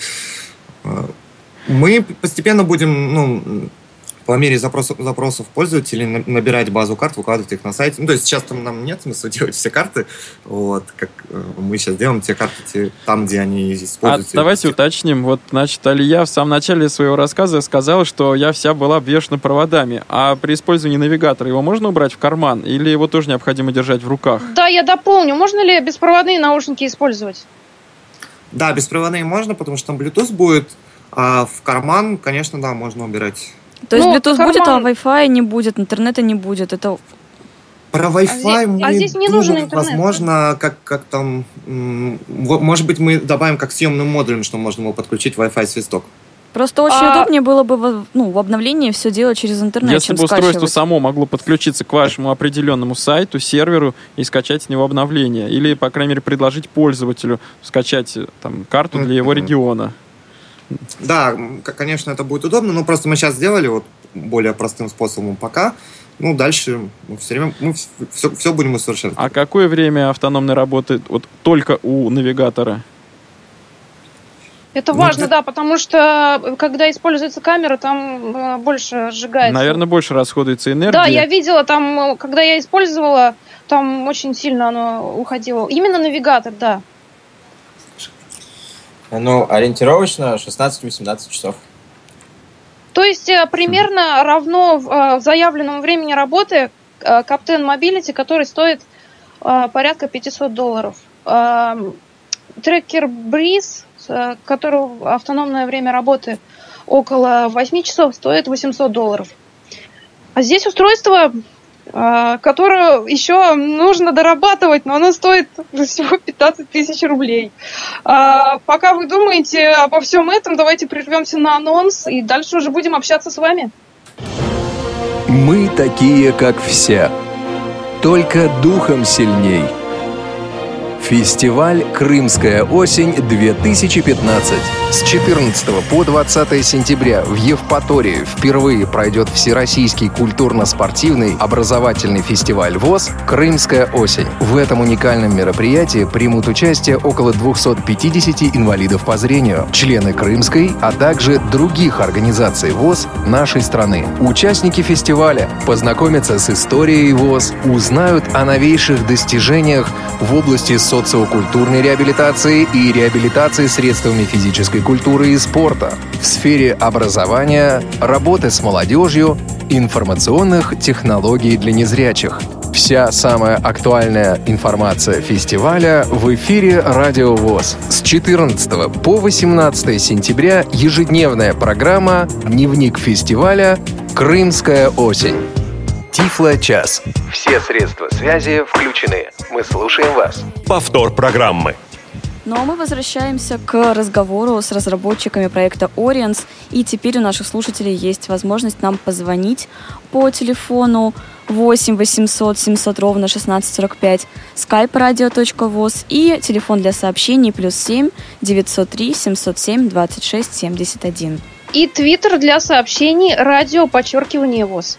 мы постепенно будем, ну, по мере запросов, запросов пользователей набирать базу карт, выкладывать их на сайте. Ну, то есть сейчас там нам нет смысла делать все карты. Вот, как мы сейчас делаем те карты те, там, где они используются. А давайте уточним. Вот, значит, Алия в самом начале своего рассказа сказала, что я вся была обвешана проводами. А при использовании навигатора его можно убрать в карман? Или его тоже необходимо держать в руках? Да, я дополню. Можно ли беспроводные наушники использовать? Да, беспроводные можно, потому что там Bluetooth будет. А в карман, конечно, да, можно убирать. То есть ну, Bluetooth карман... будет, а Wi-Fi не будет, интернета не будет. Это... Про Wi-Fi а мы здесь, а здесь не думаем, нужен интернет, возможно, как, как там... Может быть, мы добавим как съемным модулем, что можно его подключить Wi-Fi свисток. Просто очень а... удобнее было бы ну, в обновлении все делать через интернет, Если чем бы устройство скачивать. само могло подключиться к вашему определенному сайту, серверу и скачать с него обновление. Или, по крайней мере, предложить пользователю скачать там, карту для его региона. Да, конечно, это будет удобно, но просто мы сейчас сделали вот более простым способом пока. Ну, дальше мы все время мы все, все будем усовершенствовать. А какое время автономной работы вот только у навигатора? Это важно, ну, да, потому что когда используется камера, там э, больше сжигается. Наверное, больше расходуется энергия. Да, я видела, там, когда я использовала, там очень сильно оно уходило. Именно навигатор, да. Ну, ориентировочно шестнадцать-восемнадцать часов. То есть примерно равно в заявленному времени работы Captain Mobility, который стоит э, порядка пятьсот долларов. Э, трекер Breeze, э, которого автономное время работы около восемь часов, стоит восемьсот долларов. А здесь устройство, э, которое еще нужно дорабатывать, но оно стоит всего пятнадцать тысяч рублей. Э, пока вы думаете обо всем этом, давайте прервемся на анонс и дальше уже будем общаться с вами. Мы такие, как все, только духом сильней. Фестиваль «Крымская осень-две тысячи пятнадцать». С четырнадцатого по двадцатое сентября в Евпатории впервые пройдет всероссийский культурно-спортивный образовательный фестиваль ВОС «Крымская осень». В этом уникальном мероприятии примут участие около двести пятьдесят инвалидов по зрению, члены Крымской, а также других организаций ВОС нашей страны. Участники фестиваля познакомятся с историей ВОС, узнают о новейших достижениях в области социокультурной реабилитации и реабилитации средствами физической культуры и спорта, в сфере образования, работы с молодежью, информационных технологий для незрячих. Вся самая актуальная информация фестиваля в эфире Радио ВОС. С четырнадцатого по восемнадцатое сентября ежедневная программа «Дневник фестиваля. Крымская осень». Тифло-час. Все средства связи включены. Мы слушаем вас. Повтор программы. Ну а мы возвращаемся к разговору с разработчиками проекта Oriens. И теперь у наших слушателей есть возможность нам позвонить по телефону восемь восемьсот семьсот ровно шестнадцать сорок пять, skype radio точка voz и телефон для сообщений плюс семь девятьсот три семьсот семь двадцать шесть семьдесят один. И твиттер для сообщений радио подчеркивание ВОС.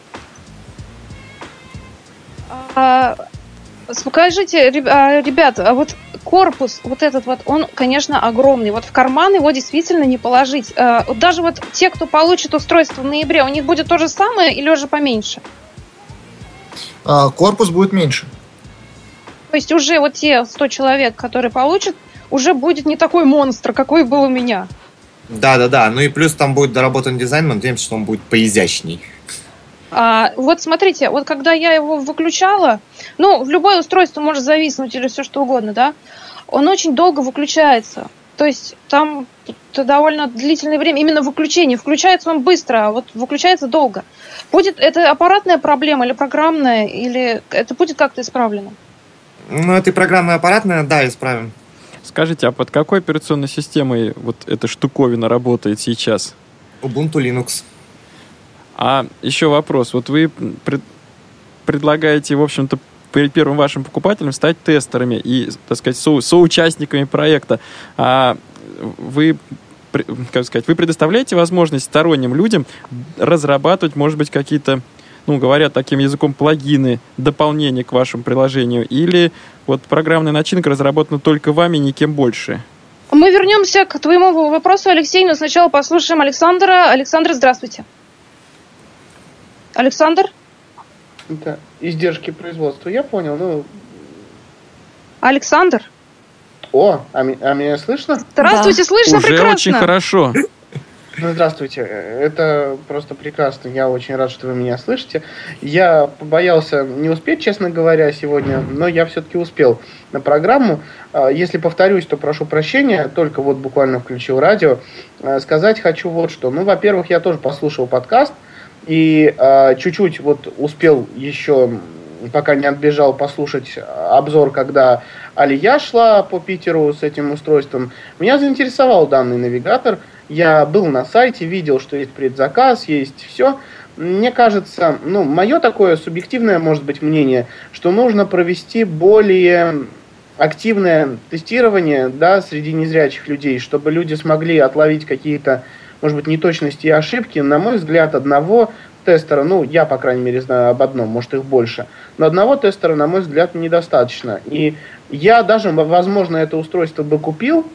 А, скажите, ребята, а вот корпус, вот этот вот, он, конечно, огромный. Вот в карман его действительно не положить. А, даже вот те, кто получит устройство в ноябре, у них будет то же самое или уже поменьше? А, корпус будет меньше. То есть уже вот те сто человек, которые получат, уже будет не такой монстр, какой был у меня. Да-да-да, ну и плюс там будет доработан дизайн, мы надеемся, что он будет поизящней. А, вот смотрите, вот когда я его выключала, ну, в любое устройство может зависнуть или все что угодно, да, он очень долго выключается. То есть там довольно длительное время, именно выключение. Включается он быстро, а вот выключается долго. Будет это аппаратная проблема или программная, или это будет как-то исправлено? Ну, это и программная, аппаратная, да, исправим. Скажите, а под какой операционной системой вот эта штуковина работает сейчас? Ubuntu Linux. А еще вопрос. Вот вы пред, предлагаете, в общем-то, первым вашим покупателям стать тестерами и, так сказать, со, соучастниками проекта. А вы, как сказать, вы предоставляете возможность сторонним людям разрабатывать, может быть, какие-то, ну, говоря таким языком, плагины, дополнения к вашему приложению? Или вот программная начинка разработана только вами, никем больше? Мы вернемся к твоему вопросу, Алексей, но сначала послушаем Александра. Александр, здравствуйте. Александр? Это издержки производства, я понял. Ну... Александр? О, а, ми- а меня слышно? Здравствуйте, да. Слышно уже прекрасно. Очень хорошо. Ну, здравствуйте. Это просто прекрасно. Я очень рад, что вы меня слышите. Я побоялся не успеть, честно говоря, сегодня, но я все-таки успел на программу. Если повторюсь, то прошу прощения, только вот буквально включил радио. Сказать хочу вот что. Ну, во-первых, я тоже послушал подкаст. И э, чуть-чуть вот успел еще, пока не отбежал, послушать обзор, когда Алия шла по Питеру с этим устройством. Меня заинтересовал данный навигатор. Я был на сайте, видел, что есть предзаказ, есть все. Мне кажется, ну, мое такое субъективное, может быть, мнение, что нужно провести более активное тестирование, да, среди незрячих людей, чтобы люди смогли отловить какие-то, может быть, неточности и ошибки. На мой взгляд, одного тестера, ну, я, по крайней мере, знаю об одном, может, их больше, но одного тестера, на мой взгляд, недостаточно. И я даже, возможно, это устройство бы купил,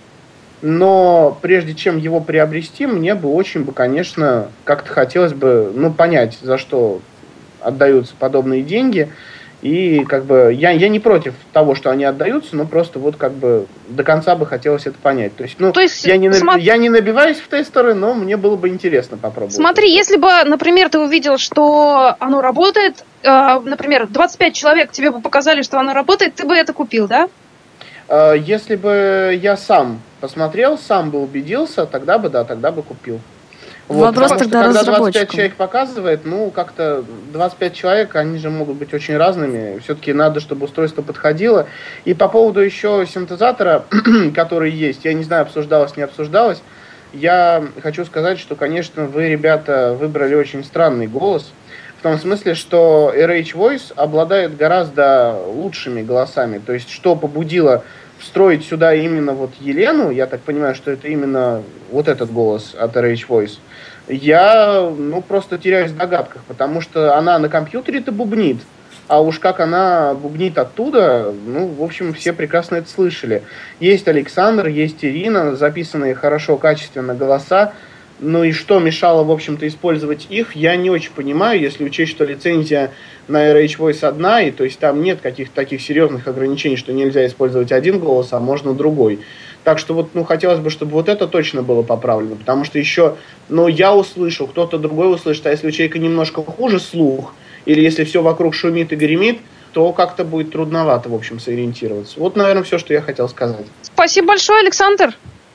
но прежде чем его приобрести, мне бы очень бы, конечно, как-то хотелось бы, ну, понять, за что отдаются подобные деньги. И как бы я, я не против того, что они отдаются, но просто вот как бы до конца бы хотелось это понять. То есть, ну, То есть, я, не смо... наби... я не набиваюсь в тестеры, но мне было бы интересно попробовать. Смотри, если бы, например, ты увидел, что оно работает, э, например, двадцать пять человек тебе бы показали, что оно работает, ты бы это купил, да? Э, если бы я сам посмотрел, сам бы убедился, тогда бы, да, тогда бы купил. Вот, Вопрос потому тогда что когда разработчикам. двадцать пять человек показывает, ну, как-то двадцать пять человек, они же могут быть очень разными. Все-таки надо, чтобы устройство подходило. И по поводу еще синтезатора, который есть, я не знаю, обсуждалось, не обсуждалось, я хочу сказать, что, конечно, вы, ребята, выбрали очень странный голос. В том смысле, что эр эйч Voice обладает гораздо лучшими голосами. То есть, что побудило встроить сюда именно вот Елену, я так понимаю, что это именно вот этот голос от эр эйч Voice, я, ну, просто теряюсь в догадках, потому что она на компьютере-то бубнит, а уж как она бубнит оттуда, ну, в общем, все прекрасно это слышали. Есть Александр, есть Ирина, записанные хорошо, качественно голоса. Ну и что мешало, в общем-то, использовать их, я не очень понимаю, если учесть, что лицензия на эр эйч Voice одна, и то есть там нет каких-то таких серьезных ограничений, что нельзя использовать один голос, а можно другой. Так что вот, ну, хотелось бы, чтобы вот это точно было поправлено, потому что еще, ну, я услышал, кто-то другой услышит, а если у человека немножко хуже слух, или если все вокруг шумит и гремит, то как-то будет трудновато, в общем, сориентироваться. Вот, наверное, все, что я хотел сказать. Спасибо большое, Александр.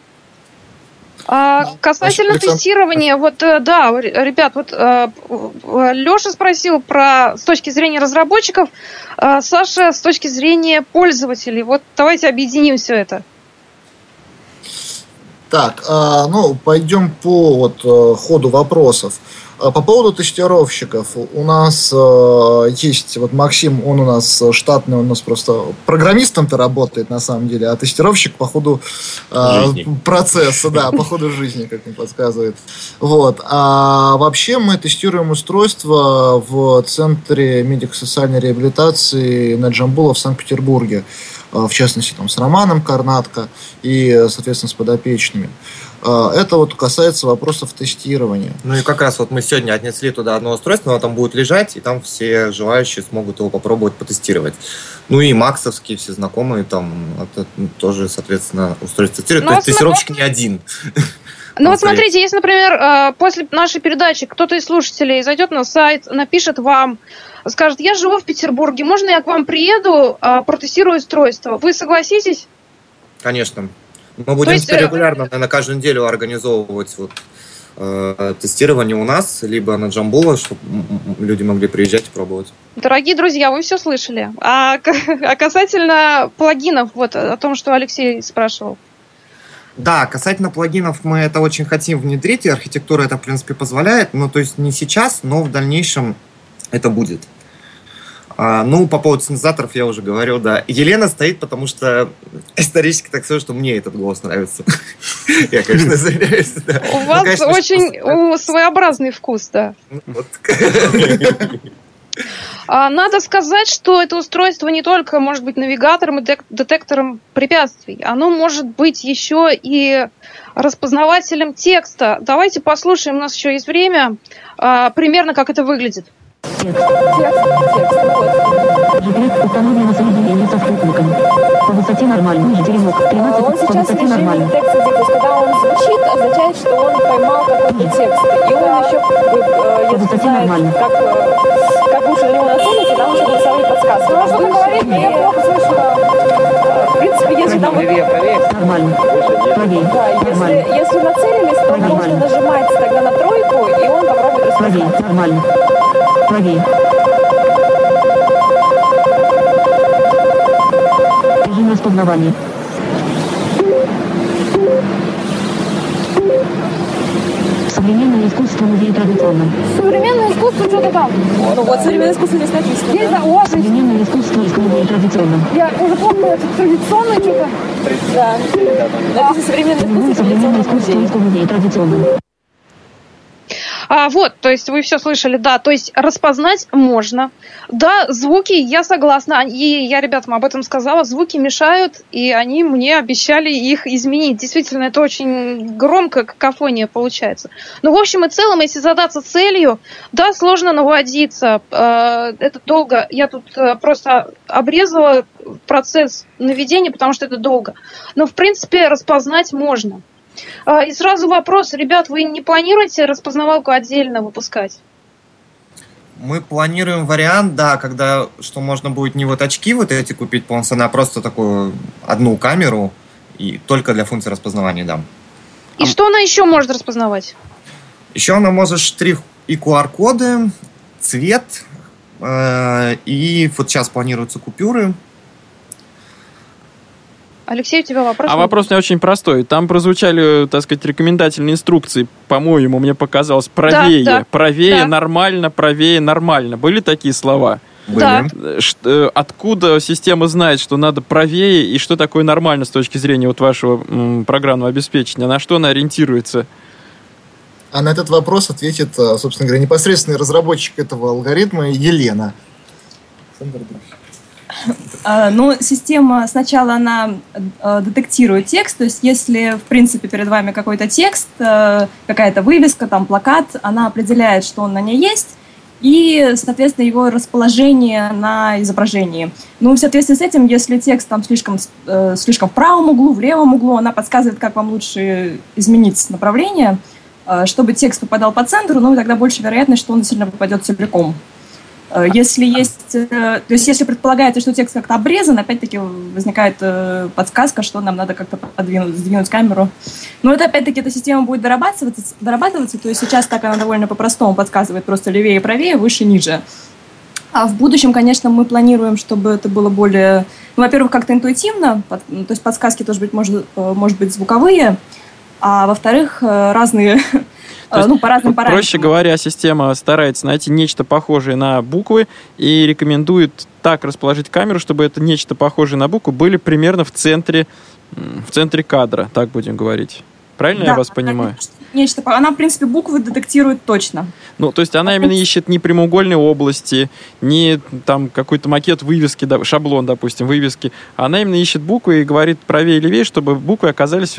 А, касательно Александр... тестирования, вот да, ребят, вот Леша спросил про с точки зрения разработчиков, а Саша с точки зрения пользователей. Вот давайте объединим все это. Так, а, ну пойдем по вот, ходу вопросов. По поводу тестировщиков, у нас э, есть вот Максим, он у нас штатный, он у нас просто программистом-то работает на самом деле, а тестировщик по ходу э, процесса, да, по ходу жизни, как мне подсказывает. Вот. А вообще мы тестируем устройство в Центре медико-социальной реабилитации на Джамбула в Санкт-Петербурге, в частности там с Романом Карнатко и, соответственно, с подопечными. Это вот касается вопросов тестирования. Ну и как раз вот мы сегодня отнесли туда одно устройство, оно там будет лежать, и там все желающие смогут его попробовать потестировать. Ну и максовские все знакомые там это тоже, соответственно, устройство тестируют. То есть тестировщик не один. Ну вот смотрите, если, например, после нашей передачи кто-то из слушателей зайдет на сайт, напишет вам, скажет, я живу в Петербурге, можно я к вам приеду, протестирую устройство? Вы согласитесь? Конечно. Мы будем есть, регулярно, наверное, каждую неделю организовывать вот, э, тестирование у нас, либо на Джамбула, чтобы люди могли приезжать и пробовать. Дорогие друзья, вы все слышали. А, а касательно плагинов, вот о том, что Алексей спрашивал. Да, касательно плагинов мы это очень хотим внедрить, и архитектура это, в принципе, позволяет. Ну, то есть не сейчас, но в дальнейшем это будет. А, ну, по поводу синтезаторов я уже говорил, да. Елена стоит, потому что исторически так скажу, что мне этот голос нравится. Я, конечно, заверяюсь. У вас очень своеобразный вкус, да. Надо сказать, что это устройство не только может быть навигатором и детектором препятствий, оно может быть еще и распознавателем текста. Давайте послушаем, у нас еще есть время, примерно как это выглядит. Текст. Текст. Текст. Вот. Текст установлен на соединении со спутником. По высоте нормально. Теремок. тринадцать. Он сейчас в режиме текста, то есть когда он звучит, означает, что он поймал какой-то текст. И он еще, э, если знает, как, как лучше на него нацелить, там уже голосовые подсказки. Ну, что говорить, я плохо слышу. В принципе, если там... Нормально. Да, если, если нацелились, то можно нажимать тогда на тройку, и он попробует распознать. Нормально. Правее. Режим распознавания. Современное искусство музей традиционно. Современное искусство что-то там. Ну вот современное искусство здесь написано. Здесь, да, о, современное искусство музей традиционно. Я уже помню, это традиционное что-то. Да. Написано современное искусство, современное искусство музей традиционно. А, вот, то есть вы все слышали, да, то есть распознать можно. Да, звуки, я согласна, и я ребятам об этом сказала, звуки мешают, и они мне обещали их изменить. Действительно, это очень громко, какофония получается. Но в общем и целом, если задаться целью, да, сложно наводиться, это долго. Я тут просто обрезала процесс наведения, потому что это долго. Но, в принципе, распознать можно. И сразу вопрос, ребят, вы не планируете распознавалку отдельно выпускать? Мы планируем вариант, да, когда, что можно будет не вот очки вот эти купить полноценно, а просто такую одну камеру и только для функции распознавания, да. И а... что она еще может распознавать? Еще она может штрих и ку ар-коды, цвет, э, и вот сейчас планируются купюры. Алексей, у тебя вопрос? А вопрос у меня очень простой. Там прозвучали, так сказать, рекомендательные инструкции, по-моему, мне показалось, правее, да, да, правее, да. нормально, правее, нормально. Были такие слова? Да. Что, откуда система знает, что надо правее, и что такое нормально с точки зрения вот вашего м, программного обеспечения? На что она ориентируется? А на этот вопрос ответит, собственно говоря, непосредственный разработчик этого алгоритма Елена. Ну, система сначала она детектирует текст, то есть если, в принципе, перед вами какой-то текст, какая-то вывеска, там, плакат, она определяет, что он на ней есть, и, соответственно, его расположение на изображении. Ну, в соответствии с этим, если текст там слишком, слишком в правом углу, в левом углу, она подсказывает, как вам лучше изменить направление, чтобы текст попадал по центру, ну, и тогда больше вероятность, что он действительно попадет целиком. Если есть, то есть если предполагается, что текст как-то обрезан, опять-таки возникает подсказка, что нам надо как-то подвинуть, сдвинуть камеру. Но это опять-таки эта система будет дорабатываться, дорабатываться, то есть сейчас так она довольно по-простому подсказывает просто левее и правее, выше, ниже. А в будущем, конечно, мы планируем, чтобы это было более, ну, во-первых, как-то интуитивно, то есть подсказки тоже быть, может, может быть звуковые, а во-вторых, разные... Ну, по разным параметрам. Проще говоря, система старается найти нечто похожее на буквы и рекомендует так расположить камеру, чтобы это нечто похожее на букву были примерно в центре, в центре кадра, так будем говорить. Правильно, да, я вас понимаю? Нечто, она, в принципе, буквы детектирует точно. Ну, то есть она именно ищет не прямоугольные области, не там какой-то макет вывески, шаблон, допустим, вывески. Она именно ищет буквы и говорит правее и левее, чтобы буквы оказались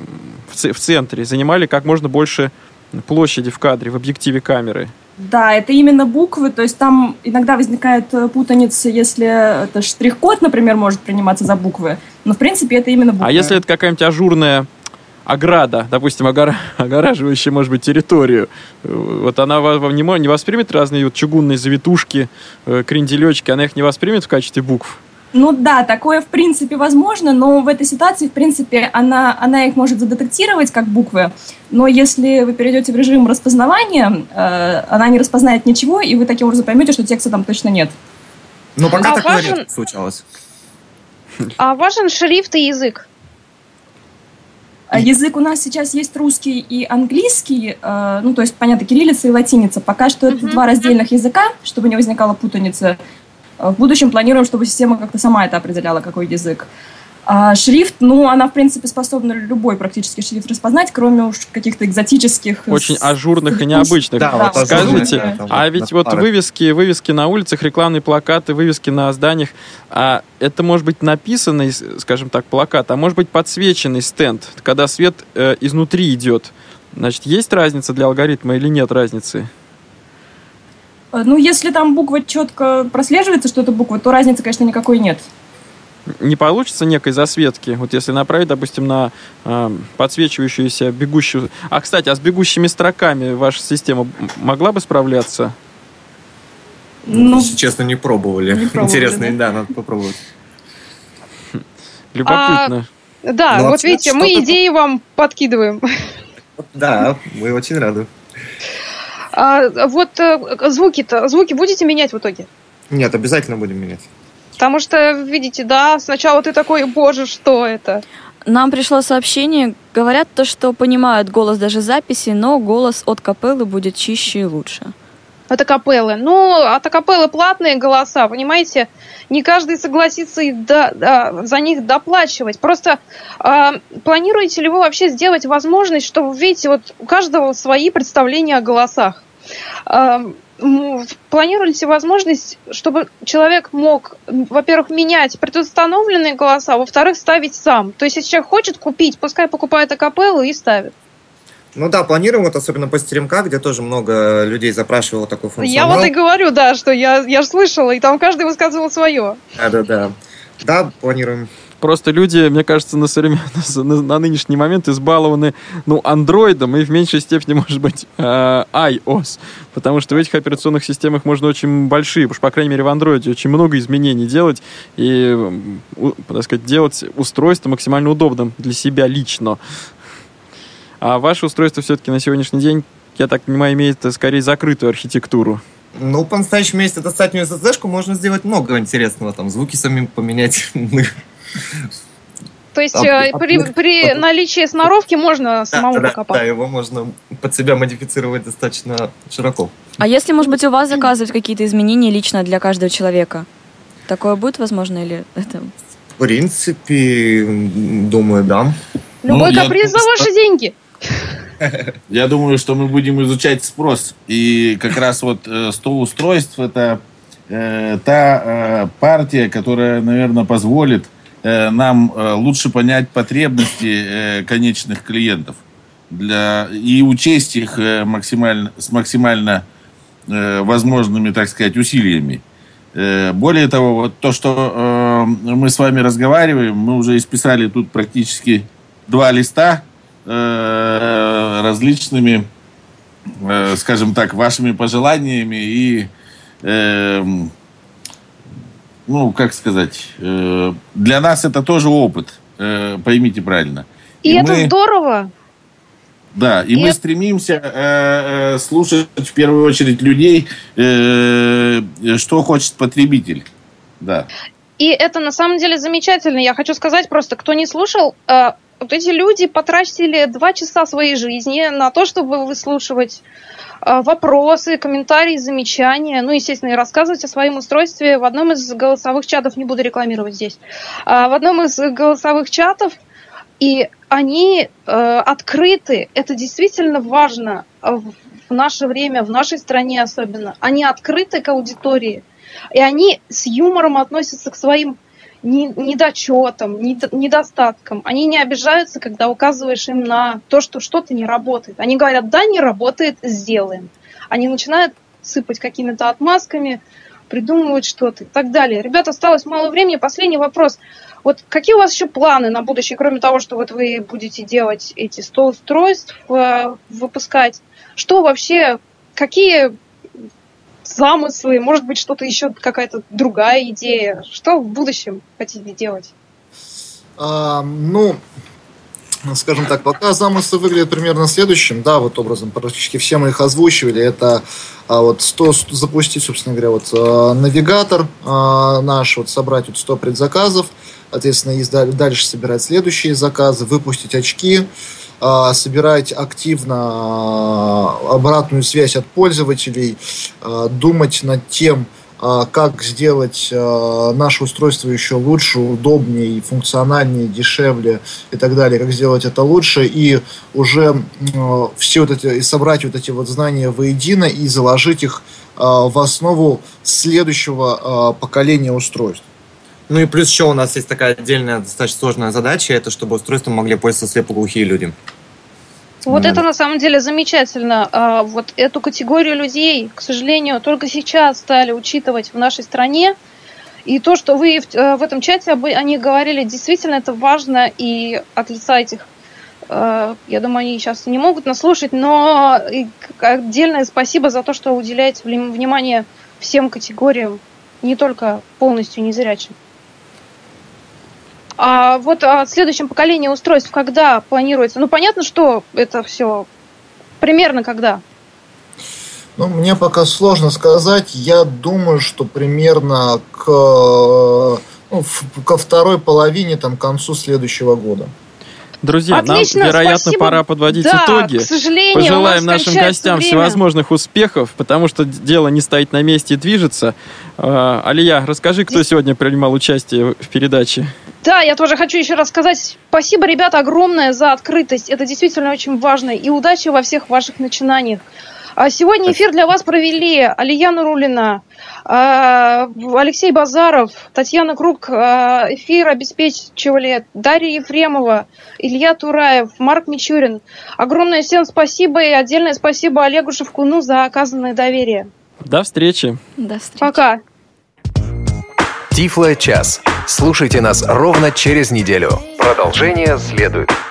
в центре, занимали как можно больше площади в кадре, в объективе камеры. Да, это именно буквы, то есть там иногда возникает путаница, если это штрих-код, например, может приниматься за буквы, но в принципе это именно буквы. А если это какая-нибудь ажурная ограда, допустим, огора... огораживающая, может быть, территорию, вот она вам не, не воспримет разные вот чугунные завитушки, кренделечки, она их не воспримет в качестве букв? Ну да, такое в принципе возможно, но в этой ситуации, в принципе, она, она их может задетектировать как буквы, но если вы перейдете в режим распознавания, э, она не распознает ничего, и вы таким образом поймете, что текста там точно нет. Но пока а такое важен... редко случалось. А важен шрифт и язык? Язык у нас сейчас есть русский и английский, э, ну то есть, понятно, кириллица и латиница. Пока что это uh-huh. два раздельных языка, чтобы не возникала путаница. В будущем планируем, чтобы система как-то сама это определяла, какой язык. А шрифт, ну, она, в принципе, способна любой практически шрифт распознать, кроме уж каких-то экзотических... Очень ажурных и необычных. Да, вот вот скажите, ажурные, а ведь вот вывески, вывески на улицах, рекламные плакаты, вывески на зданиях, а это может быть написанный, скажем так, плакат, а может быть подсвеченный стенд, когда свет э, изнутри идет. Значит, есть разница для алгоритма или нет разницы? Ну, если там буква четко прослеживается, что это буква, то разницы, конечно, никакой нет. Не получится некой засветки? Вот если направить, допустим, на э, подсвечивающуюся бегущую... А, кстати, а с бегущими строками ваша система могла бы справляться? Ну, если честно, не пробовали. Не пробовали, Интересно, да. да, надо попробовать. Любопытно. А, да, ну, вот видите, мы что-то... идеи вам подкидываем. Да, мы очень рады. А, вот э, звуки-то, звуки будете менять в итоге? Нет, обязательно будем менять. Потому что, видите, да, сначала ты такой, боже, что это? Нам пришло сообщение, говорят то, что понимают голос даже записи, но голос от капеллы будет чище и лучше. от акапеллы. Ну, от акапеллы платные голоса, понимаете? Не каждый согласится и до, до, за них доплачивать. Просто э, планируете ли вы вообще сделать возможность, что, видите, вот у каждого свои представления о голосах. Э, планируете возможность, чтобы человек мог, во-первых, менять предустановленные голоса, а во-вторых, ставить сам. То есть, если человек хочет купить, пускай покупает акапеллу и ставит. Ну да, планируем, вот особенно по стримках, где тоже много людей запрашивало такой функционал. Я вот и говорю, да, что я, я же слышала, и там каждый высказывал свое. Да-да-да. Да, планируем. Просто люди, мне кажется, на, современ... на, на нынешний момент избалованы, ну, андроидом и в меньшей степени, может быть, э, iOS. Потому что в этих операционных системах можно очень большие, уж по крайней мере в андроиде, очень много изменений делать и, так сказать, делать устройство максимально удобным для себя лично. А ваше устройство все-таки на сегодняшний день, я так понимаю, имеет скорее закрытую архитектуру. Ну, по-настоящему, если достать ю эс эс ди-шку, можно сделать много интересного. Там звуки самим поменять. То есть а, при, а, при наличии сноровки можно самому да, покопать? Да, его можно под себя модифицировать достаточно широко. А если, может быть, у вас заказывать какие-то изменения лично для каждого человека? Такое будет возможно или это... В принципе, думаю, да. Любой ну, каприз за ваши деньги. Я думаю, что мы будем изучать спрос. И как раз вот э, сто устройств – это э, та э, партия, которая, наверное, позволит э, нам э, лучше понять потребности э, конечных клиентов для, и учесть их э, максимально, с максимально э, возможными, так сказать, усилиями. Э, более того, вот то, что э, мы с вами разговариваем, мы уже исписали тут практически два листа э, различными, э, скажем так, вашими пожеланиями и, э, ну, как сказать, э, для нас это тоже опыт, э, поймите правильно. И, и это мы, здорово. Да, и, и мы это... стремимся э, э, слушать в первую очередь людей, э, что хочет потребитель. Да. И это на самом деле замечательно. Я хочу сказать просто, кто не слушал, э, вот эти люди потратили два часа своей жизни на то, чтобы выслушивать э, вопросы, комментарии, замечания, ну, естественно, и рассказывать о своем устройстве в одном из голосовых чатов, не буду рекламировать здесь, э, в одном из голосовых чатов, и они э, открыты. Это действительно важно в наше время, в нашей стране особенно. Они открыты к аудитории, и они с юмором относятся к своим недочетам, недостаткам. Они не обижаются, когда указываешь им на то, что что-то не работает. Они говорят, да, не работает, сделаем. Они начинают сыпать какими-то отмазками, придумывают что-то и так далее. Ребята, осталось мало времени. Последний вопрос. Вот какие у вас еще планы на будущее, кроме того, что вот вы будете делать эти сто устройств, выпускать? Что вообще, какие замыслы, может быть, что-то еще, какая-то другая идея? Что в будущем хотите делать? А, ну, скажем так, пока замыслы выглядят примерно следующим, да, вот образом, практически все мы их озвучивали, это а, вот сто запустить, собственно говоря, вот а, навигатор а, наш, вот собрать вот сто предзаказов, соответственно, и дальше собирать следующие заказы, выпустить очки, собирать активно обратную связь от пользователей, думать над тем, как сделать наше устройство еще лучше, удобнее, функциональнее, дешевле и так далее, как сделать это лучше, и уже все вот эти, и собрать вот эти вот знания воедино и заложить их в основу следующего поколения устройств. Ну и плюс еще у нас есть такая отдельная, достаточно сложная задача, это чтобы устройством могли пользоваться слепоглухие люди. Вот mm. это на самом деле замечательно. А, вот эту категорию людей, к сожалению, только сейчас стали учитывать в нашей стране. И то, что вы в, в этом чате об, о них говорили, действительно это важно. И от лица этих, я думаю, они сейчас не могут нас слушать, но отдельное спасибо за то, что уделяете внимание всем категориям, не только полностью незрячим. А вот о следующем поколении устройств когда планируется? Ну, понятно, что это все примерно когда? Ну, мне пока сложно сказать. Я думаю, что примерно к, ну, ко второй половине, там, к концу следующего года. Друзья, Отлично, нам, вероятно, спасибо. пора подводить Да, итоги. к сожалению, Пожелаем у нас нашим кончается гостям время. всевозможных успехов, потому что дело не стоит на месте и движется. Э, Алия, расскажи, кто сегодня принимал участие в передаче. Да, я тоже хочу еще раз сказать спасибо, ребята, огромное за открытость. Это действительно очень важно. И удачи во всех ваших начинаниях. А сегодня эфир для вас провели Алия Нуруллина, Алексей Базаров, Татьяна Круг. Эфир обеспечивали Дарья Ефремова, Илья Тураев, Марк Мичурин. Огромное всем спасибо и отдельное спасибо Олегу Шевкуну за оказанное доверие. До встречи. До встречи. Пока. Тифло час. Слушайте нас ровно через неделю. Продолжение следует.